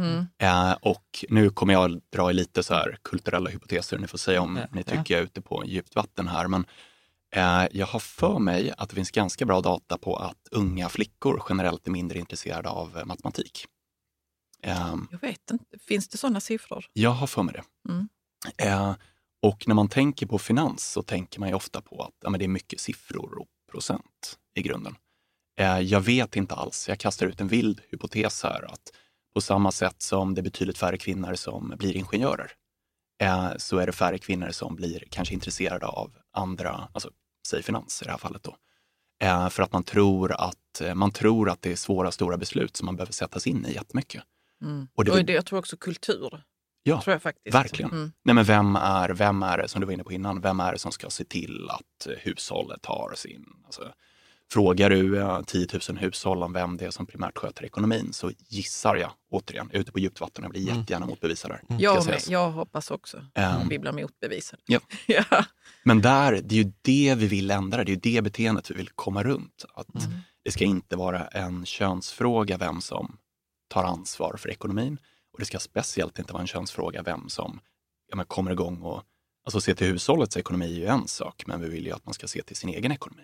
G: Och nu kommer jag dra i lite så här kulturella hypoteser. Ni får säga om ni tycker jag är ute på djupt vatten här. Men Jag har för mig att det finns ganska bra data på att unga flickor generellt är mindre intresserade av matematik.
F: Jag vet inte, finns det sådana siffror?
G: Jag har för mig det. Och när man tänker på finans så tänker man ju ofta på att men det är mycket siffror och procent i grunden. Jag vet inte alls, jag kastar ut en vild hypotes här, att på samma sätt som det är betydligt färre kvinnor som blir ingenjörer, så är det färre kvinnor som blir kanske intresserade av andra, alltså säg finans i det här fallet då. För att man tror att det är svåra, stora beslut som man behöver sätta sig in i jättemycket.
F: Och jag tror också kultur.
G: Ja,
F: tror jag faktiskt.
G: Verkligen. Nej, men vem är det, som du var inne på innan, vem är det som ska se till att hushållet har sin... Alltså, frågar du 10 000 hushåll om vem det är som primärt sköter ekonomin, så gissar jag, återigen, ute på djupt vatten, jag blir jättegärna motbevisad där.
F: Jag hoppas också att vi blir motbevisade.
G: Ja. Ja. Men det är ju det vi vill ändra, det är ju det beteendet vi vill komma runt. Att det ska inte vara en könsfråga vem som tar ansvar för ekonomin. Och det ska speciellt inte vara en könsfråga vem som kommer igång och alltså se till hushållets ekonomi är ju en sak, men vi vill ju att man ska se till sin egen ekonomi.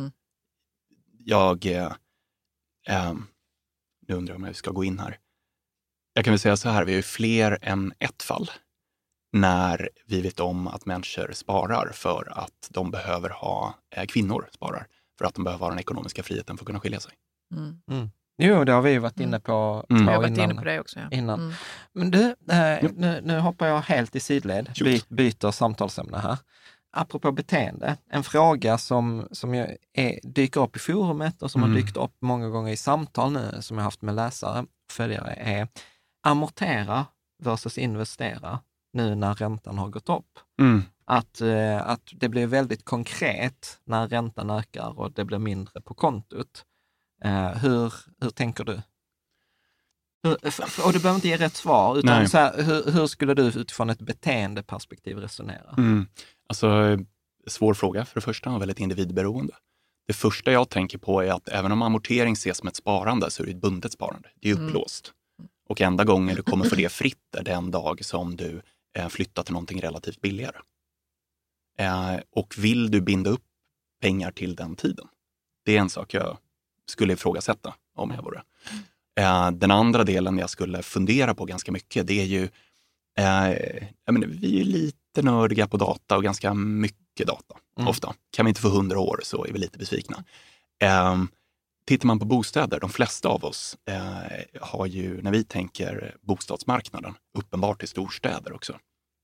G: Nu undrar jag om jag ska gå in här. Jag kan väl säga så här, vi har ju fler än ett fall när vi vet om att människor sparar för att de behöver ha, kvinnor sparar för att de behöver ha den ekonomiska friheten för att kunna skilja sig.
E: Jo, det har vi varit inne på.
F: Jag har varit inne på det också. Ja.
E: Innan. Men du, nu hoppar jag helt i sidled, byter samtalsämne här. Apropå beteende, en fråga som dyker upp i forumet och som har dykt upp många gånger i samtal nu som jag haft med läsare och följare är amortera versus investera nu när räntan har gått upp. Att det blir väldigt konkret när räntan ökar och det blir mindre på kontot. Hur tänker du? Och du behöver inte ge rätt svar, utan så här, hur skulle du utifrån ett beteendeperspektiv resonera?
G: Alltså, svår fråga för det första och väldigt individberoende. Det första jag tänker på är att även om amortering ses som ett sparande så är det ett bundet sparande. Det är upplåst. Och enda gången du kommer få det fritt är den dag som du flyttar till någonting relativt billigare. Och vill du binda upp pengar till den tiden? Det är en sak jag skulle ifrågasätta om jag vore. Den andra delen jag skulle fundera på ganska mycket, det är ju vi är lite nördiga på data och ganska mycket data ofta. Kan vi inte få 100 år så är vi lite besvikna. Tittar man på bostäder, de flesta av oss har ju, när vi tänker bostadsmarknaden, uppenbart i storstäder också.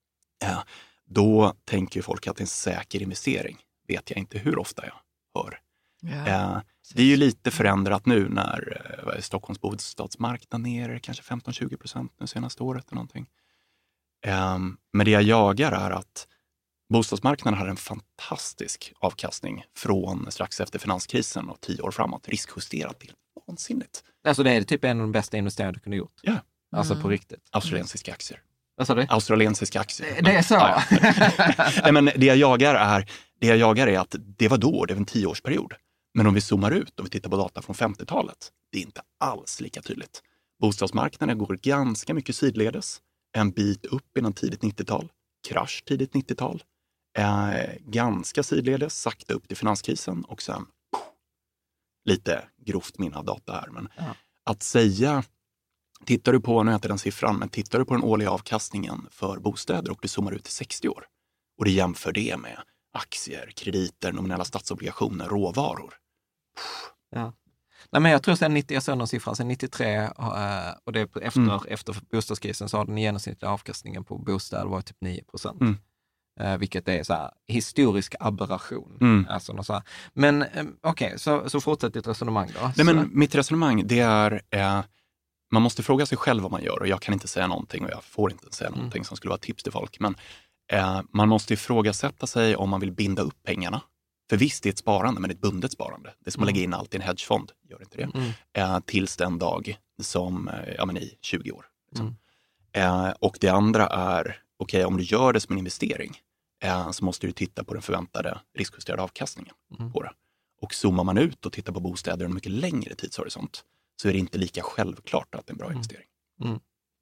G: Då tänker folk att det är en säker investering. Vet jag inte hur ofta jag hör. Det är ju lite förändrat nu när Stockholms bostadsmarknad ner kanske 15-20% nu senaste året eller någonting. Men det jag jagar är att bostadsmarknaden har en fantastisk avkastning från strax efter finanskrisen och 10 år framåt. Riskjusterat till vansinnigt.
E: Alltså det är typ en av de bästa investeringar du kunde gjort?
G: Ja.
E: Alltså på riktigt?
G: Australiensiska aktier.
E: Vad sa du?
G: Australiensiska aktier.
E: Det är så? Ja.
G: Nej, men det jag jagar är att det var då, det var en 10-årsperiod. Men om vi zoomar ut och vi tittar på data från 50-talet, det är inte alls lika tydligt. Bostadsmarknaden går ganska mycket sidledes. En bit upp innan tidigt 90-tal. Krasch tidigt 90-tal. Ganska sidledes, sakta upp till finanskrisen och sen lite grovt minne av data här. Men att säga, tittar du på, nu är inte den siffran, men tittar du på den årliga avkastningen för bostäder och du zoomar ut till 60 år och du jämför det med aktier, krediter, nominella statsobligationer, råvaror.
E: Ja. Nej, men jag tror sen 90, jag såg någon siffra, sen 93 och det efter bostadskrisen så har den genomsnittliga avkastningen på bostäder varit typ 9%. Vilket är så här historisk aberration. Alltså något så här. Men okej, så fortsätt ditt resonemang då.
G: Nej, men mitt resonemang det är man måste fråga sig själv vad man gör och jag kan inte säga någonting och jag får inte säga någonting som skulle vara tips till folk. Men man måste ifrågasätta sig om man vill binda upp pengarna. För visst, det är ett sparande, men det är ett bundet sparande. Det är som att lägga in allt i en hedgefond, gör inte det. Tills den dag som, i 20 år. Liksom. Och det andra är, om du gör det som en investering så måste du titta på den förväntade riskjusterade avkastningen på det. Och zoomar man ut och tittar på bostäder en mycket längre tidshorisont så är det inte lika självklart att det är en bra investering.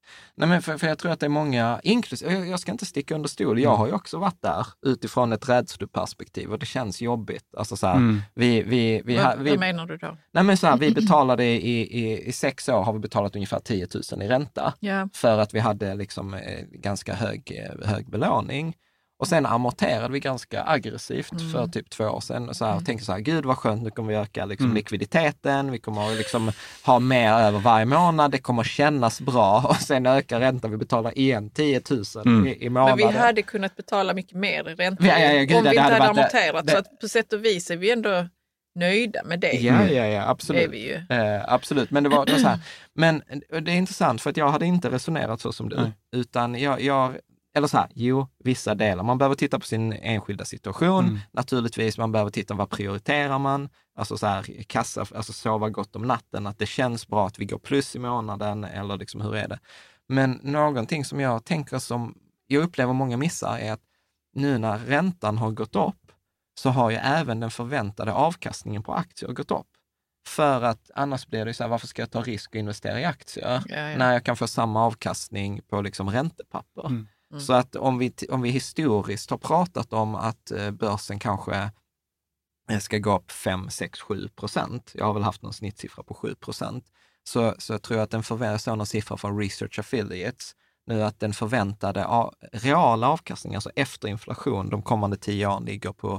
E: Nej, men för jag tror att det är många, inklusive, jag ska inte sticka under stol, jag har ju också varit där utifrån ett rädsloperspektiv och det känns jobbigt. Alltså så här,
F: vad menar du då?
E: Nej, men så här, vi betalade i 6 år har vi betalat ungefär 10 000 i ränta för att vi hade liksom ganska hög belåning. Och sen amorterade vi ganska aggressivt för typ 2 år sedan. Så här, och tänkte så här, gud vad skönt, nu kommer vi öka liksom likviditeten. Vi kommer liksom ha mer över varje månad. Det kommer kännas bra. Och sen ökar räntan. Vi betalar igen 10 000 i månaden.
F: Men vi hade kunnat betala mycket mer i ränta
E: gud,
F: om vi inte hade
E: amorterat.
F: Så att på sätt och vis är vi ändå nöjda med det.
E: Ja, absolut.
F: Det är vi ju.
E: Absolut, men det var så här. Men det är intressant för att jag hade inte resonerat så som du. Utan eller så här, vissa delar. Man behöver titta på sin enskilda situation. Naturligtvis, man behöver titta vad prioriterar man. Alltså så här, alltså sova gott om natten. Att det känns bra att vi går plus i månaden. Eller liksom, hur är det? Men någonting som jag tänker som jag upplever många missar är att nu när räntan har gått upp så har ju även den förväntade avkastningen på aktier gått upp. För att annars blir det så här, varför ska jag ta risk och investera i aktier när jag kan få samma avkastning på liksom räntepapper? Så att om vi historiskt har pratat om att börsen kanske ska gå upp 5-6-7%, jag har väl haft någon snittsiffra på 7%, så tror jag att den förväntade någon siffra från Research Affiliates nu att den förväntade reala avkastningen, alltså efter inflation, de kommande 10 åren ligger på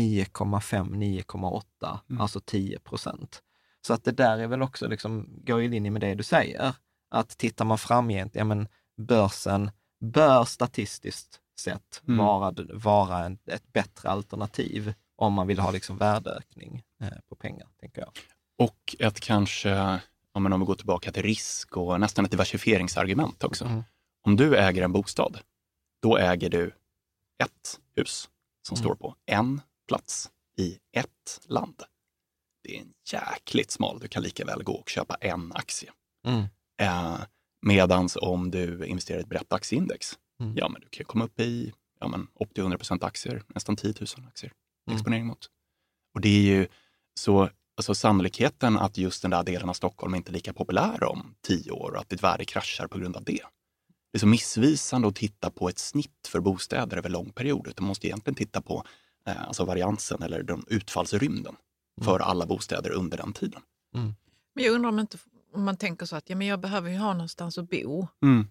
E: 9,5-9,8, alltså 10%. Så att det där är väl också liksom, går i linje med det du säger, att tittar man framgent, börsen bör statistiskt sett vara ett bättre alternativ om man vill ha liksom värdeökning på pengar, tänker jag.
G: Och ett kanske, om vi går tillbaka till risk och nästan ett diversifieringsargument också. Om du äger en bostad, då äger du ett hus som står på en plats i ett land. Det är en jäkligt smal, du kan lika väl gå och köpa en aktie. Medans om du investerar i ett brett aktieindex, men du kan komma upp i 80-100% aktier, nästan 10 000 aktier exponering mot. Och det är ju så, alltså sannolikheten att just den där delen av Stockholm är inte lika populär om 10 år och att ditt värde kraschar på grund av det. Det är så missvisande att titta på ett snitt för bostäder över lång period, utan man måste egentligen titta på alltså variansen eller den utfallsrymden för alla bostäder under den tiden.
F: Men jag undrar om man tänker så att jag behöver ju ha någonstans att bo.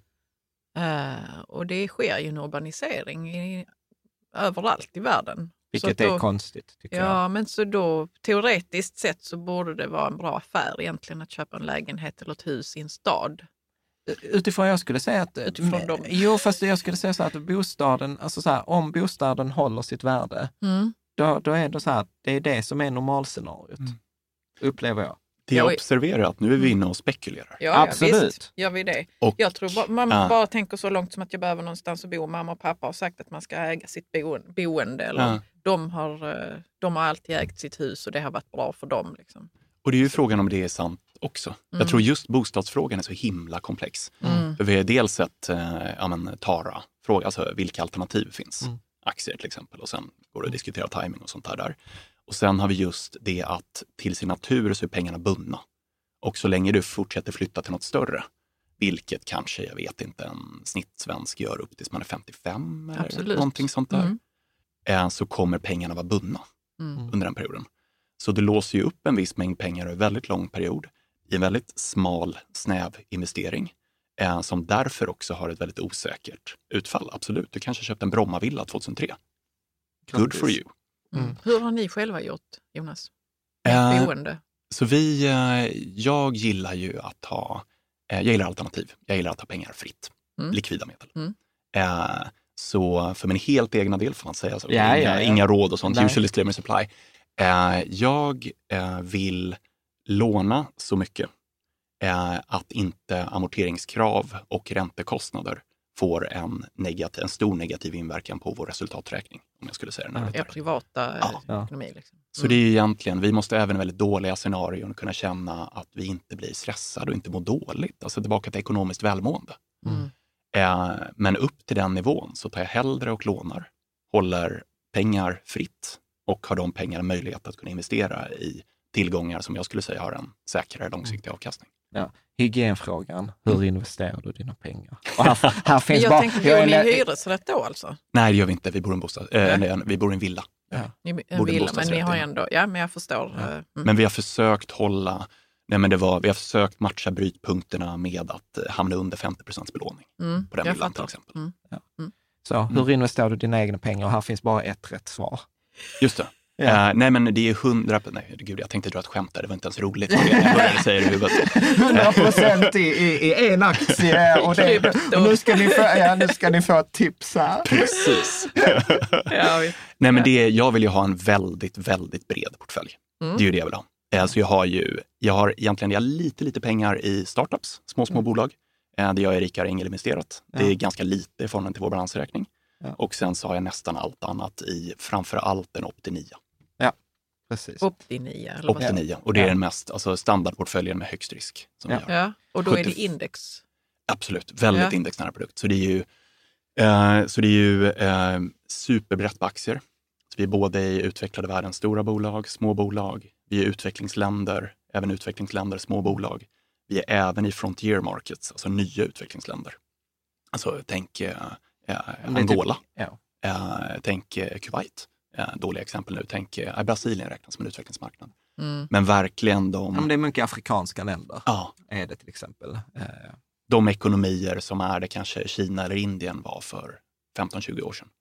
F: Och det sker ju en urbanisering överallt i världen.
E: Vilket är konstigt, tycker jag.
F: Ja, men så då teoretiskt sett så borde det vara en bra affär egentligen att köpa en lägenhet eller ett hus i en stad.
E: Utifrån jag skulle säga att...
F: Utifrån dem.
E: Jo, fast jag skulle säga så att bostaden, alltså så här, om bostaden håller sitt värde, då är det så här, det är det som är normalscenariot, upplever jag.
G: Det jag observerar att nu är vi inne och spekulerar.
F: Ja,
E: absolut.
F: Visst, gör vi det. Och, jag tror man bara tänker så långt som att jag behöver någonstans att bo. Mamma och pappa har sagt att man ska äga sitt boende. Eller de har alltid ägt sitt hus och det har varit bra för dem. Liksom.
G: Och det är ju frågan om det är sant också. Jag tror just bostadsfrågan är så himla komplex. För vi har dels ett Tara-fråga, alltså vilka alternativ finns. Aktier till exempel, och sen går det att diskutera timing och sånt där. Och sen har vi just det att till sin natur så är pengarna bundna. Och så länge du fortsätter flytta till något större, vilket kanske, jag vet inte, en snittsvensk gör upp tills man är 55 eller någonting sånt där, så kommer pengarna vara bundna under den perioden. Så det låser ju upp en viss mängd pengar över en väldigt lång period i en väldigt smal, snäv investering som därför också har ett väldigt osäkert utfall. Absolut, du kanske köpte en Bromma-villa 2003. Good for you.
F: Hur har ni själva gjort, Jonas? Boende?
G: Så jag gillar ju att jag gillar alternativ. Jag gillar att ha pengar fritt. Likvida medel. Så för min helt egna del får man säga så. Inga råd och sånt. Usually disclaimer supply. Jag vill låna så mycket att inte amorteringskrav och räntekostnader får en stor negativ inverkan på vår resultaträkning, om jag skulle säga det.
F: Privata ekonomi. Liksom.
G: Så det är ju egentligen, vi måste även i väldigt dåliga scenarion kunna känna att vi inte blir stressade och inte mår dåligt. Alltså tillbaka till ekonomiskt välmående. Men upp till den nivån så tar jag hellre och lånar, håller pengar fritt och har de pengarna möjlighet att kunna investera i tillgångar som jag skulle säga har en säkrare långsiktig avkastning.
E: Ja. Hygienfrågan, hur investerar du dina pengar? Och här finns
F: jag
E: bara...
F: tänker, ni hyresrätt då alltså?
G: Nej, det gör vi inte. Vi bor i en bostad. Vi bor i en villa.
E: Ja.
F: En villa, men ni har ändå... Ja, men jag förstår.
G: Ja. Men vi har försökt vi har försökt matcha brytpunkterna med att hamna under 50% belåning på den villan till exempel.
E: Så hur investerar du dina egna pengar? Och här finns bara ett rätt svar.
G: Just det. Ja. Nej, men det är 100%... Nej, gud, jag tänkte dra ett skämt där. Det var inte ens roligt. Jag började säga det i huvudet.
E: 100% i en aktie. Och nu ska ni få ett tips här.
G: Precis. Nej, men jag vill ju ha en väldigt, väldigt bred portfölj. Det är ju det jag vill ha. Så jag har lite pengar i startups, små bolag. Där jag är rikare investerat. Det är ganska lite i förhållande till vår balansräkning. Ja. Och sen så har jag nästan allt annat i framförallt en Opti9.
E: Ja, precis.
F: Opti9.
G: Och det är den mest, alltså standardportföljen med högst risk. Som vi har.
F: Ja, och då är det index.
G: Absolut, väldigt indexnära produkt. Så det är ju superbrett på aktier. Så vi är både i utvecklade världens stora bolag, små bolag. Vi är utvecklingsländer, även utvecklingsländer, små bolag. Vi är även i frontier markets, alltså nya utvecklingsländer. Alltså tänk Angola, tänk Kuwait, dåliga exempel nu. Tänk Brasilien räknas som en utvecklingsmarknad. Men verkligen
E: det är mycket afrikanska länder, är det till exempel.
G: De ekonomier som är det kanske Kina eller Indien var för 15-20 år sedan.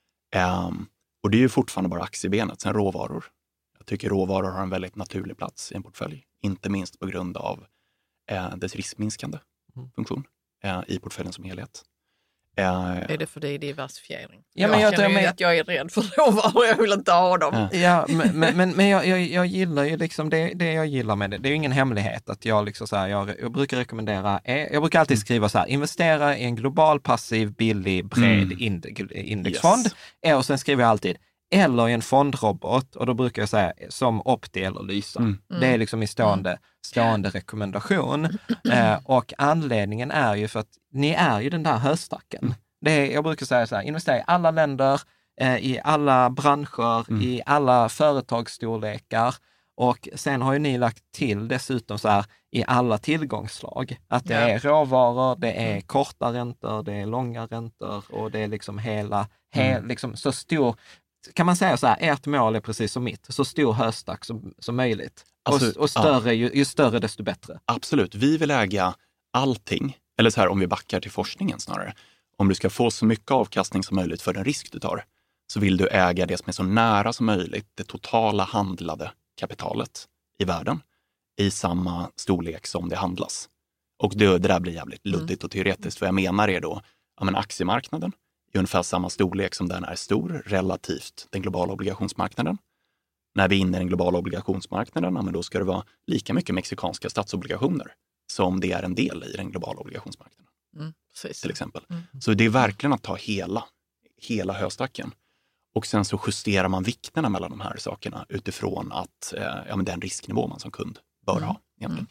G: Och det är ju fortfarande bara aktiebenet, sen råvaror. Jag tycker råvaror har en väldigt naturlig plats i en portfölj. Inte minst på grund av dess riskminskande funktion i portföljen som helhet.
F: Är det för det är diversifiering?
E: Ja, men jag
F: känner att jag är rädd för råvaror, jag vill inte ha dem.
E: Ja, men jag gillar ju liksom det jag gillar med det. Det är ju ingen hemlighet att jag liksom så här, jag brukar rekommendera, jag brukar alltid skriva så här, investera i en global, passiv, billig, bred indexfond. Yes. Och sen skriver jag alltid, eller i en fondrobot, och då brukar jag säga som Opti eller Lysa. Det är liksom i stående rekommendation. Och anledningen är ju för att ni är ju den där höstacken. Jag brukar säga så här, investera i alla länder, i alla branscher, i alla företagsstorlekar. Och sen har ju ni lagt till dessutom så här i alla tillgångsslag. Att det är råvaror, det är korta räntor, det är långa räntor och det är liksom liksom så stor... Kan man säga så här, ert mål är precis som mitt, så stor höstack som möjligt. Alltså, och större, ju större desto bättre.
G: Absolut, vi vill äga allting. Eller så här, om vi backar till forskningen snarare. Om du ska få så mycket avkastning som möjligt för den risk du tar, så vill du äga det som är så nära som möjligt, det totala handlade kapitalet i världen, i samma storlek som det handlas. Och det där blir jävligt luddigt och teoretiskt. Vad jag menar är då, aktiemarknaden i ungefär samma storlek som den är stor relativt den globala obligationsmarknaden. När vi är inne i den globala obligationsmarknaden, men då ska det vara lika mycket mexikanska statsobligationer som det är en del i den globala obligationsmarknaden. Till exempel. Så det är verkligen att ta hela höstacken. Och sen så justerar man vikterna mellan de här sakerna utifrån att den risknivå man som kund bör ha egentligen.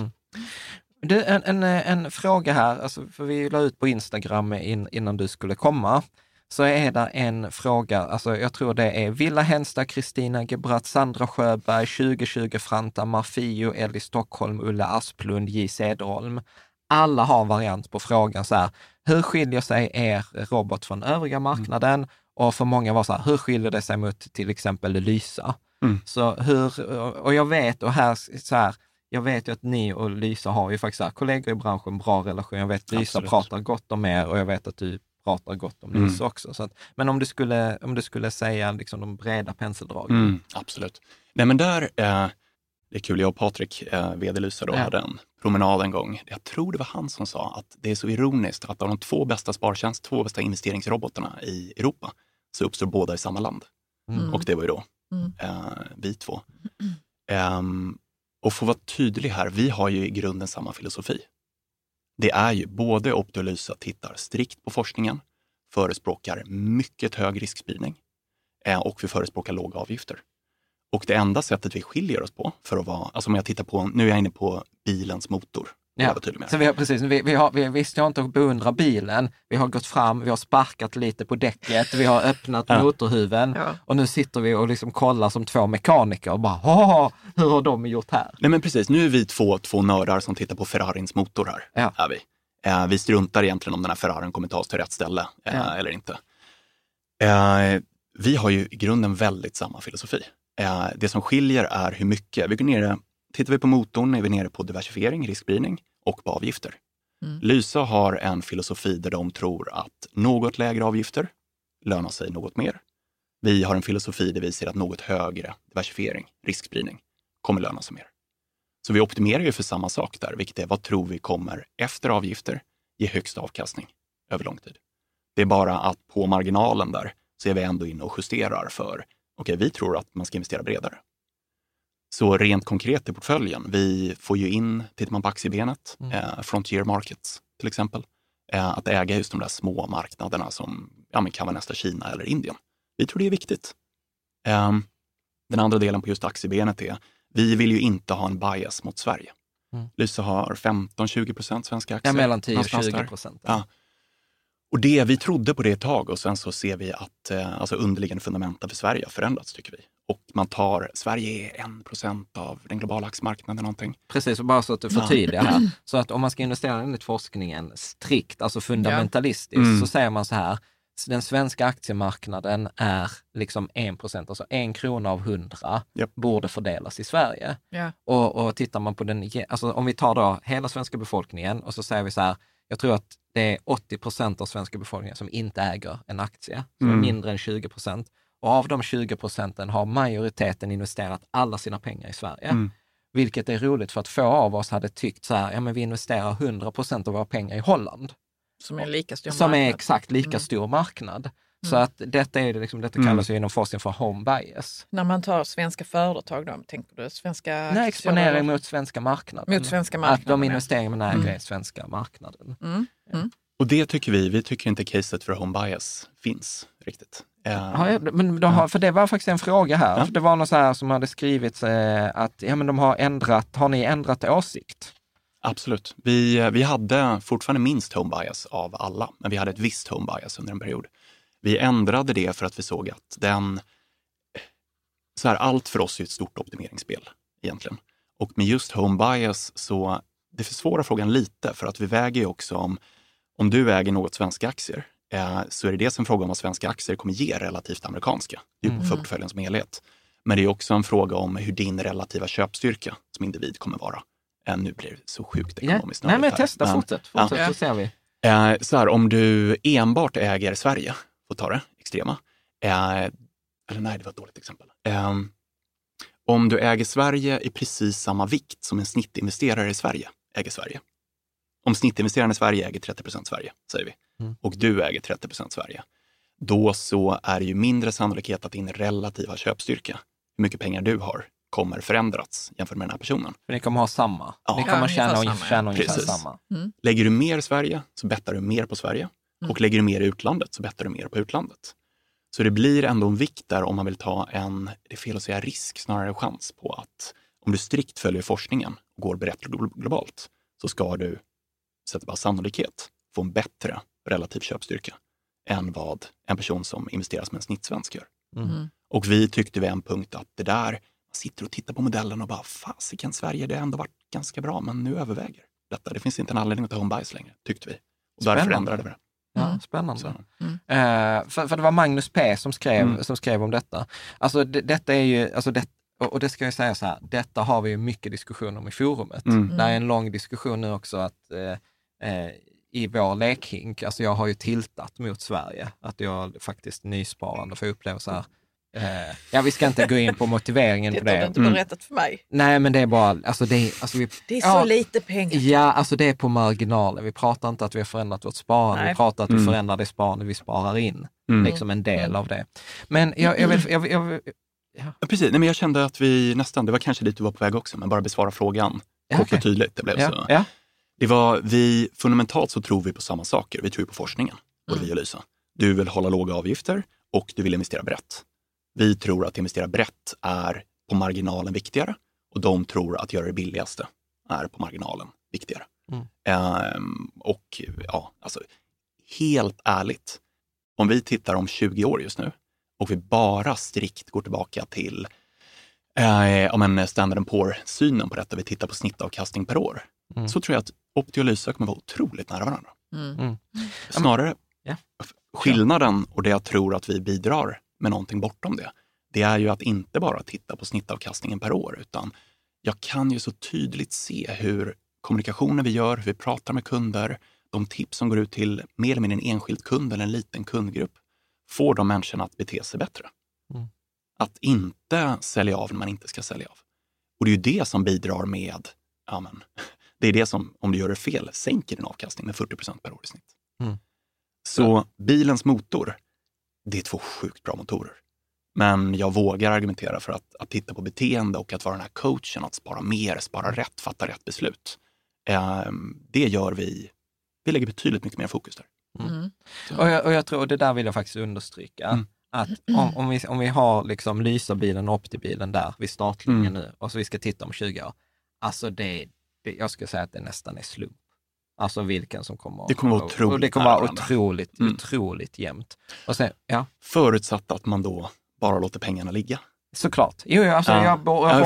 E: Du, en fråga här, alltså, för vi la ut på Instagram innan du skulle komma, så är det en fråga, alltså jag tror det är Villa Hensta, Kristina Gebrat, Sandra Sjöberg, 2020 Franta, Marfio, Ellie Stockholm, Ulla Asplund, J. Cederholm. Alla har variant på frågan så här, hur skiljer sig er robot från övriga marknaden? Och för många var så här, hur skiljer det sig mot till exempel Lysa? Så och jag vet, och här så här, jag vet ju att ni och Lysa har ju faktiskt här, kollegor i branschen, bra relation. Jag vet att Lysa pratar gott om er och jag vet att du pratar gott om Lysa också. Så att, men om du skulle säga liksom de breda penseldragen.
G: Absolut. Nej, men där, det är kul, jag och Patrik, vd Lysa då, hade en promenad en gång. Jag tror det var han som sa att det är så ironiskt att av de 2 bästa två bästa investeringsrobotarna i Europa så uppstår båda i samma land. Och det var ju då vi två. Och för att vara tydlig här, vi har ju i grunden samma filosofi. Det är ju både Opti och Lysa tittar strikt på forskningen, förespråkar mycket hög riskspridning och vi förespråkar låga avgifter. Och det enda sättet vi skiljer oss på för att vara, alltså om jag tittar på, nu är jag inne på bilens motor, Ja. Tydlig med.
E: Så vi visste inte att beundra bilen. Vi har gått fram, vi har sparkat lite på däcket, vi har öppnat motorhuven och nu sitter vi och liksom kollar som två mekaniker och bara, hur har de gjort här?
G: Nej men precis, nu är vi två nördar som tittar på Ferrarins motor här. Ja. Är vi. Vi struntar egentligen om den här Ferrarin kommer ta oss till rätt ställe eller inte. Vi har ju i grunden väldigt samma filosofi. Det som skiljer är hur mycket. Tittar vi på motorn är vi nere på diversifiering, riskspridning och på avgifter. Lysa har en filosofi där de tror att något lägre avgifter lönar sig något mer. Vi har en filosofi där vi ser att något högre diversifiering, riskspridning, kommer löna sig mer. Så vi optimerar ju för samma sak där, vilket är vad tror vi kommer efter avgifter ge högst avkastning över lång tid. Det är bara att på marginalen där så är vi ändå inne och justerar för, vi tror att man ska investera bredare. Så rent konkret i portföljen, vi får ju in, tittar man på aktiebenet, Frontier Markets till exempel, att äga just de där små marknaderna som kan vara nästa Kina eller Indien. Vi tror det är viktigt. Den andra delen på just aktiebenet är, vi vill ju inte ha en bias mot Sverige. Lysa har 15-20% svenska aktier.
E: Ja, mellan 10 och 20%.
G: Ja. Och vi trodde på det ett tag och sen så ser vi att underliggande fundamenta för Sverige har förändrats tycker vi. Och man tar, Sverige är 1% av den globala aktiemarknaden någonting.
E: Precis, och bara så att du förtydligar här. Så att om man ska investera enligt forskningen strikt, alltså fundamentalistiskt, så säger man så här, den svenska aktiemarknaden är liksom 1%, alltså 1 krona av 100 borde fördelas i Sverige. Yeah. Och tittar man på alltså om vi tar då hela svenska befolkningen och så säger vi så här, jag tror att det är 80% av svenska befolkningen som inte äger en aktie, som är mindre än 20%. Och av de 20% har majoriteten investerat alla sina pengar i Sverige. Vilket är roligt för att få av oss hade tyckt så här, men vi investerar 100% av våra pengar i Holland.
F: Som är lika stor
E: som marknad. Är exakt lika stor marknad. Så att detta är liksom, detta kallas ju inom forskning för home bias.
F: När man tar svenska företag då, tänker du svenska...
E: Nej, exponering mot svenska marknaden.
F: Mot svenska marknaden.
E: Att de investeringar man äger i svenska marknaden.
G: Och det tycker vi tycker inte caset för home bias finns riktigt.
E: Men för det var faktiskt en fråga här. Ja. För det var någon så här som hade skrivit att de har ni ändrat åsikt?
G: Absolut. Vi hade fortfarande minst home bias av alla, men vi hade ett visst home bias under en period. Vi ändrade det för att vi såg att allt för oss är ett stort optimeringsspel egentligen. Och med just home bias så det försvårar frågan lite för att vi väger ju också om du äger något svenska aktier så är det dels en fråga om vad svenska aktier kommer ge relativt amerikanska för portföljen som helhet. Men det är också en fråga om hur din relativa köpstyrka som individ kommer vara. Nu blir det så sjukt ekonomiskt.
E: Nej, men testa, fortsätt så ser vi.
G: Så här, om du enbart äger Sverige, får ta det, extrema. Det var ett dåligt exempel. Om du äger Sverige i precis samma vikt som en snittinvesterare i Sverige äger Sverige. Om snittinvesteraren i Sverige äger 30% Sverige, säger vi, och du äger 30% Sverige, då så är det ju mindre sannolikhet att din relativa köpstyrka, hur mycket pengar du har, kommer förändrats jämfört med den här personen.
E: För ni kommer ha samma. Ni kommer tjäna ungefär samma.
G: Lägger du mer i Sverige så bettar du mer på Sverige. Och lägger du mer i utlandet så bettar du mer på utlandet. Så det blir ändå en vikt där om man vill ta det är fel att säga risk, snarare chans på att om du strikt följer forskningen och går brett globalt så ska du, sätter bara sannolikhet, få en bättre relativ köpstyrka än vad en person som investerar som en snittsvensk gör. Och vi tyckte vid en punkt att det där, man sitter och tittar på modellen och bara, fasiken Sverige, det har ändå varit ganska bra, men nu överväger detta. Det finns inte en anledning att ta home bias längre, tyckte vi. Och därför ändrade vi det.
E: Ja, spännande. För det var Magnus P. som skrev om detta. Alltså detta är ju, och det ska jag säga så här, detta har vi ju mycket diskussion om i forumet. Det är en lång diskussion nu också att i vår lekhink, alltså jag har ju tiltat mot Sverige, att jag faktiskt nysparande får uppleva så här. Vi ska inte gå in på motiveringen på det.
F: Det har du inte berättat för mig.
E: Nej, men det är bara,
F: det är så lite pengar.
E: Ja, alltså det är på marginalen. Vi pratar inte att vi har förändrat vårt sparande. Vi pratar att vi förändrar det sparande vi sparar in. Liksom en del av det. Men jag vill
G: Precis, nej, men jag kände att vi nästan, det var kanske dit du var på väg också, men bara besvara frågan kort och tydligt. Det blev så. Ja. Det var, fundamentalt så tror vi på samma saker. Vi tror på forskningen, både vi och Lysa. Du vill hålla låga avgifter och du vill investera brett. Vi tror att investera brett är på marginalen viktigare och de tror att göra det billigaste är på marginalen viktigare. Och ja, alltså helt ärligt, om vi tittar om 20 år just nu och vi bara strikt går tillbaka till Standard & Poor-synen på detta, vi tittar på snittavkastning per år, så tror jag att Opti och Lysa kommer vara otroligt nära varandra. Snarare skillnaden, och det jag tror att vi bidrar med någonting bortom det är ju att inte bara titta på snittavkastningen per år, utan jag kan ju så tydligt se hur kommunikationen vi gör, hur vi pratar med kunder, de tips som går ut till mer eller mindre en enskild kund eller en liten kundgrupp, får de människorna att bete sig bättre. Att inte sälja av när man inte ska sälja av. Och det är ju det som bidrar med, det är det som, om du gör det fel, sänker din avkastning med 40% per år i snitt. Så bilens motor, det är 2 sjukt bra motorer. Men jag vågar argumentera för att titta på beteende och att vara den här coachen, att spara mer, spara rätt, fatta rätt beslut. Det gör vi lägger betydligt mycket mer fokus där.
E: Och jag tror, det där vill jag faktiskt understryka, att om vi har liksom Lysa-bilen och Opti-bilen där vid startlinjen nu, och så vi ska titta om 20 år, alltså jag skulle säga att det nästan är slump. Alltså vilken som kommer.
G: Det kommer vara
E: otroligt jämnt. Och sen,
G: förutsatt att man då bara låter pengarna ligga.
E: Såklart. Jag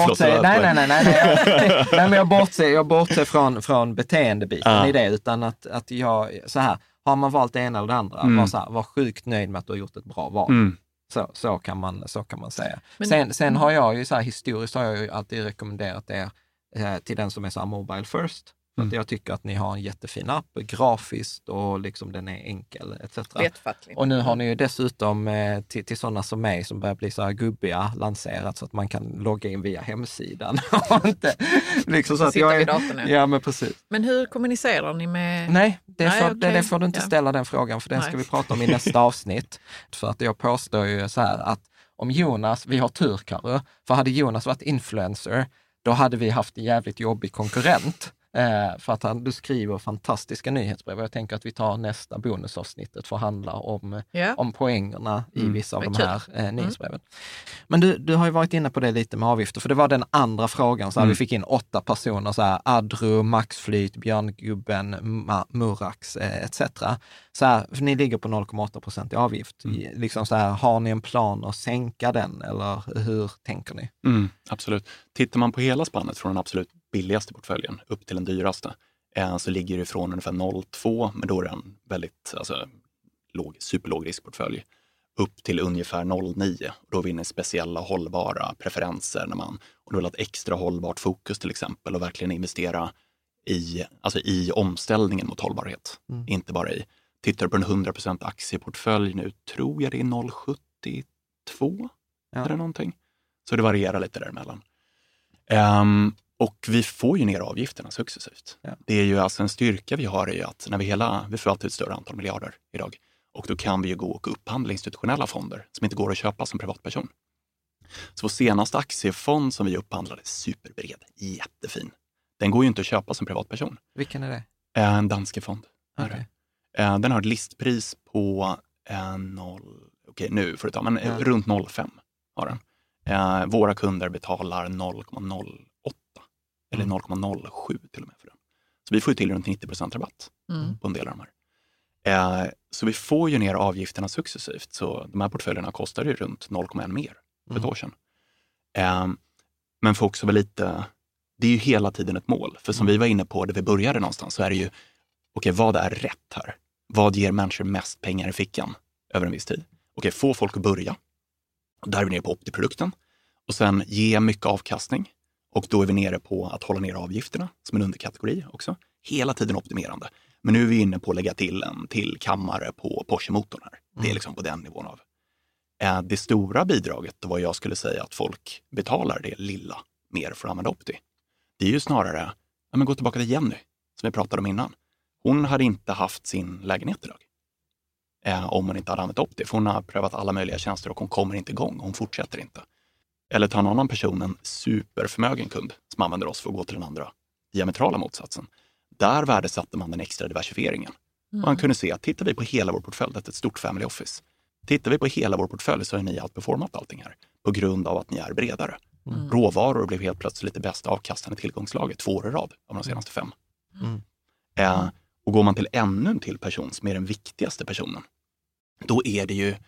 E: bortser från beteendebiten i det, utan att jag, så här, har man valt det ena eller det andra, var sjukt nöjd med att du har gjort ett bra val. Så kan man säga. Sen har jag ju så här, historiskt har jag ju alltid rekommenderat det till den som är så här mobile first. För att jag tycker att ni har en jättefin app, grafiskt, och liksom den är enkel etc.
F: Lättfattlig.
E: Och nu har ni ju dessutom till sådana som mig som börjar bli så här gubbiga lanserat, så att man kan logga in via hemsidan. Inte, liksom så att
F: sitter vid datorn.
E: Ja, men precis.
F: Men hur kommunicerar ni med...
E: Nej, det får du inte ställa den frågan, för den ska vi prata om i nästa avsnitt. För att jag påstår ju så här att om Jonas, vi har tur Karo, för hade Jonas varit influencer, då hade vi haft en jävligt jobbig konkurrent. För att du skriver fantastiska nyhetsbrev. Jag tänker att vi tar nästa bonusavsnittet för att handla om poängerna i vissa av de här nyhetsbreven. Men du har ju varit inne på det lite med avgifter, för det var den andra frågan. Så här, vi fick in 8 personer, så här, Adro, Maxflyt, Björngubben, Murax etc. Så här, för ni ligger på 0,8% i avgift. Liksom så här, har ni en plan att sänka den, eller hur tänker ni?
G: Absolut. Tittar man på hela spannet från den absolut billigaste portföljen upp till den dyraste, så ligger det från ungefär 0,2, men då är det en väldigt superlåg riskportfölj, upp till ungefär 0,9. Då vinner speciella hållbara preferenser och då vill ha ett extra hållbart fokus till exempel, och verkligen investera i omställningen mot hållbarhet. Inte bara tittar på en 100% aktieportfölj nu, tror jag det är 0,72 eller någonting. Så det varierar lite däremellan. Och vi får ju ner avgifterna successivt. Det är ju alltså en styrka vi har, är ju att när vi får alltid ett större antal miljarder idag, och då kan vi ju gå och upphandla institutionella fonder som inte går att köpa som privatperson. Så vår senaste aktiefond som vi upphandlade, superbred, jättefin. Den går ju inte att köpa som privatperson.
E: Vilken är det?
G: En dansk fond.
E: Okay.
G: Den har ett listpris på runt 0,5 har den. Våra kunder betalar 0,08 eller 0,07 till och med för den. Så vi får ju till runt 90% rabatt på en del av de här. Så vi får ju ner avgifterna successivt. Så de här portföljerna kostar ju runt 0,1 mer för ett år sedan. Men får också det är ju hela tiden ett mål. För som vi var inne på, där vi började någonstans, så är det ju, vad är rätt här? Vad ger människor mest pengar i fickan över en viss tid? Få folk att börja. Där är vi nere på Opti-produkten. Och sen ge mycket avkastning. Och då är vi nere på att hålla ner avgifterna som en underkategori också. Hela tiden optimerande. Men nu är vi inne på att lägga till en till kammare på Porsche-motorn här. Det är liksom på den nivån av. Det stora bidraget, och vad jag skulle säga att folk betalar det lilla mer för att använda Opti. Det är ju snarare, gå tillbaka till Jenny som vi pratade om innan. Hon hade inte haft sin lägenhet idag. Om hon inte hade använt Opti. För hon har prövat alla möjliga tjänster och hon kommer inte igång. Hon fortsätter inte. Eller ta en annan person, en superförmögen kund som använder oss för att gå till den andra diametrala motsatsen. Där värdesatte man den extra diversifieringen. Och man kunde se att tittar vi på hela vår portfölj, det är ett stort family office. Tittar vi på hela vår portfölj så har ni outperformat allting här. På grund av att ni är bredare. Råvaror blev helt plötsligt det bästa avkastande tillgångslaget 2 år i rad av de senaste 5. Och går man till ännu en till person som är den viktigaste personen, då är det ju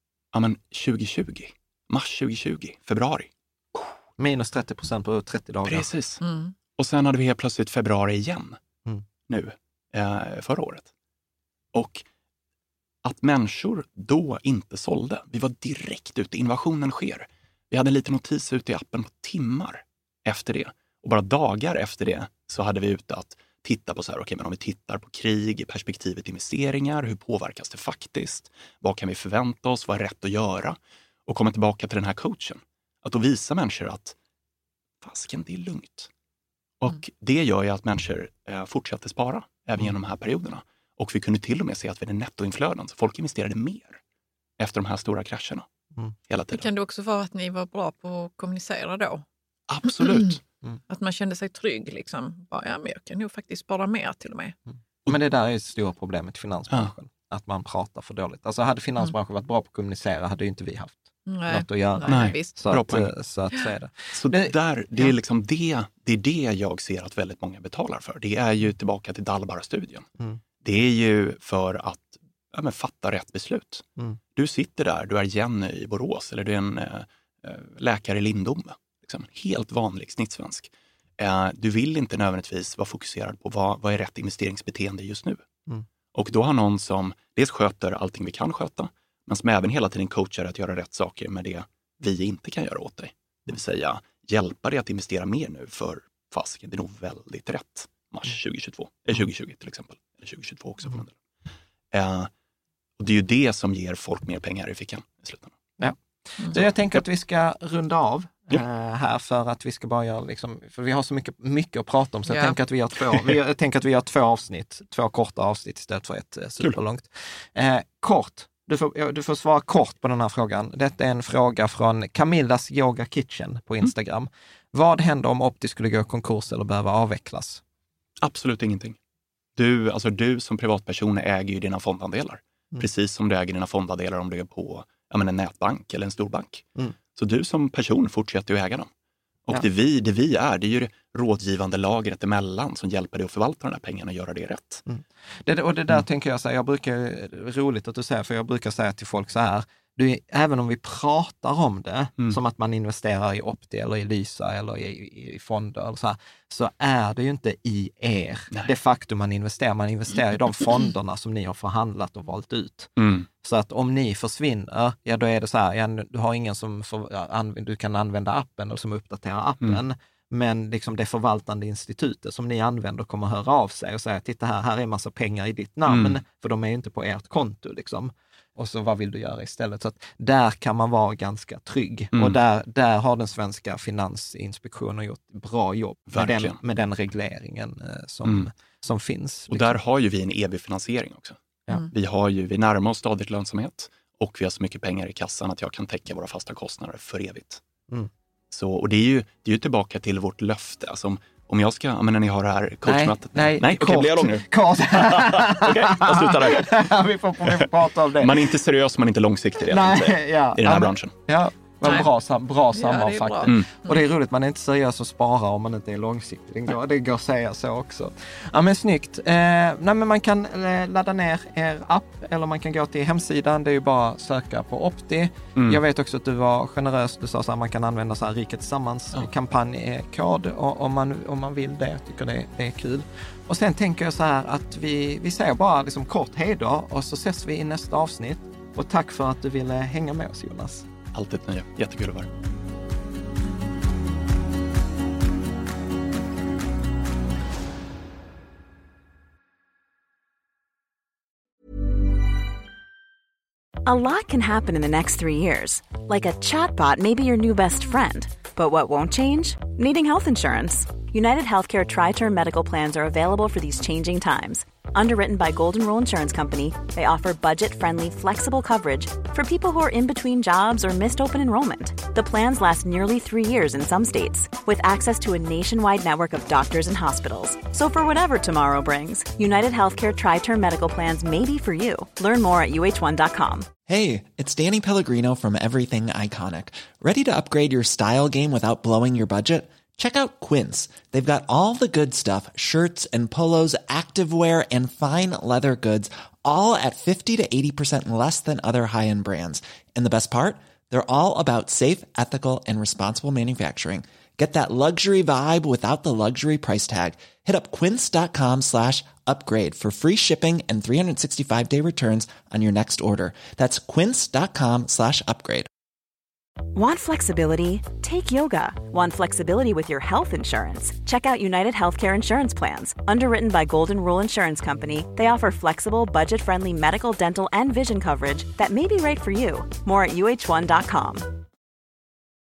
G: 2020, mars 2020, februari.
E: Minus 30% på 30 dagar.
G: Precis. Och sen hade vi helt plötsligt februari igen nu, förra året. Och att människor då inte sålde. Vi var direkt ute, innovationen sker. Vi hade en liten notis ute i appen på timmar efter det. Och bara dagar efter det så hade vi ute att titta på så här, okej, men om vi tittar på krig i perspektivet investeringar, hur påverkas det faktiskt? Vad kan vi förvänta oss? Vad är rätt att göra? Och komma tillbaka till den här coachen. Att då visa människor att fasken, det är lugnt. Och det gör ju att människor fortsatte spara även genom de här perioderna. Och vi kunde till och med se att vi hade nettoinflöden. Så folk investerade mer efter de här stora krascherna hela tiden.
F: Det kan det också vara att ni var bra på att kommunicera då?
G: Absolut.
F: Att man kände sig trygg liksom. Bara, men jag kan nog faktiskt spara mer till och med.
E: Men det där är ett stort problemet i finansbranschen. Att man pratar för dåligt. Alltså hade finansbranschen varit bra på att kommunicera hade ju inte vi haft något att göra.
F: Nej, visst.
E: Så att säga det.
G: Så det är liksom det är det jag ser att väldigt många betalar för. Det är ju tillbaka till Dalbara-studien. Det är ju för att fatta rätt beslut. Du sitter där, du är Jenny i Borås eller du är en läkare i Lindome. Liksom, helt vanlig snittsvensk. Du vill inte nödvändigtvis vara fokuserad på vad är rätt investeringsbeteende just nu. Och då har någon som dels sköter allting vi kan sköta, men som även hela tiden coachar att göra rätt saker med det vi inte kan göra åt dig. Det vill säga hjälpa dig att investera mer nu för fasken. Det är nog väldigt rätt. Mars 2022, 2020 till exempel. Eller 2022 också för en del. Och det är ju det som ger folk mer pengar i fickan i slutändan.
E: Ja. Så jag tänker att vi ska runda av här för att vi ska bara göra liksom, för vi har så mycket att prata om så jag tänker att vi gör två korta avsnitt istället för ett superlångt. Kort. Du får svara kort på den här frågan. Detta är en fråga från Camillas Yoga Kitchen på Instagram. Vad händer om Opti skulle gå i konkurs eller behöva avvecklas?
G: Absolut ingenting. Du som privatperson äger ju dina fondandelar. Precis som du äger dina fondandelar om du är på en nätbank eller en storbank. Så du som person fortsätter att äga dem. Och det vi är, det är ju det rådgivande lagret emellan som hjälper dig att förvalta de här pengarna och göra det rätt.
E: Det där tänker jag säga, roligt att du säger, för jag brukar säga till folk så här, även om vi pratar om det som att man investerar i Opti eller i Lysa eller i fonder eller så är det ju inte i er. Det faktum man investerar i de fonderna som ni har förhandlat och valt ut. Så att om ni försvinner, då är det så här, du har ingen som du kan använda appen eller som uppdaterar appen. Men liksom det förvaltande institutet som ni använder kommer att höra av sig och säga, titta här är en massa pengar i ditt namn, för de är ju inte på ert konto liksom. Och så vad vill du göra istället? Så att där kan man vara ganska trygg. Och där har den svenska finansinspektionen gjort bra jobb med den regleringen som finns.
G: Och där har ju vi en EV-finansiering också. Vi närmar oss stadigt lönsamhet och vi har så mycket pengar i kassan att jag kan täcka våra fasta kostnader för evigt. Så, och det är ju tillbaka till vårt löfte. Alltså om jag ska, när ni har det här coachmötet. Nej, okej, blir jag lång nu? Okej, jag slutar där.
E: vi får prata om det.
G: Man är inte seriös, man är inte långsiktig i den här branschen.
E: Ja, bra sammanfattning. Och det är roligt, man är inte seriös och sparar om man inte är långsiktig. Det går att säga så också. Ja, men snyggt. Men man kan ladda ner er app eller man kan gå till hemsidan. Det är ju bara att söka på Opti. Jag vet också att du var generös. Du sa att man kan använda så här Rika Tillsammans kampanjkod om man vill det. Jag tycker det är kul. Och sen tänker jag så här att vi säger bara liksom kort hej då och så ses vi i nästa avsnitt. Och tack för att du ville hänga med oss, Jonas.
G: Alltid ett nöje. Jättekul att vara.
C: A lot can happen in the next 3 years. Like a chatbot may be your new best friend. But what won't change? Needing health insurance. United Healthcare Tri-Term Medical Plans are available for these changing times. Underwritten by Golden Rule Insurance Company, they offer budget-friendly, flexible coverage for people who are in between jobs or missed open enrollment. The plans last nearly 3 years in some states, with access to a nationwide network of doctors and hospitals. So for whatever tomorrow brings, United Healthcare Tri-Term Medical Plans may be for you. Learn more at uh1.com.
K: Hey, it's Danny Pellegrino from Everything Iconic. Ready to upgrade your style game without blowing your budget? Check out Quince. They've got all the good stuff, shirts and polos, activewear, and fine leather goods, all at 50 to 80% less than other high-end brands. And the best part? They're all about safe, ethical, and responsible manufacturing. Get that luxury vibe without the luxury price tag. Hit up quince.com/upgrade for free shipping and 365-day returns on your next order. That's quince.com/upgrade.
C: Want flexibility? Take yoga. Want flexibility with your health insurance? Check out United Healthcare Insurance Plans. Underwritten by Golden Rule Insurance Company, they offer flexible, budget-friendly medical, dental, and vision coverage that may be right for you. More at uh1.com.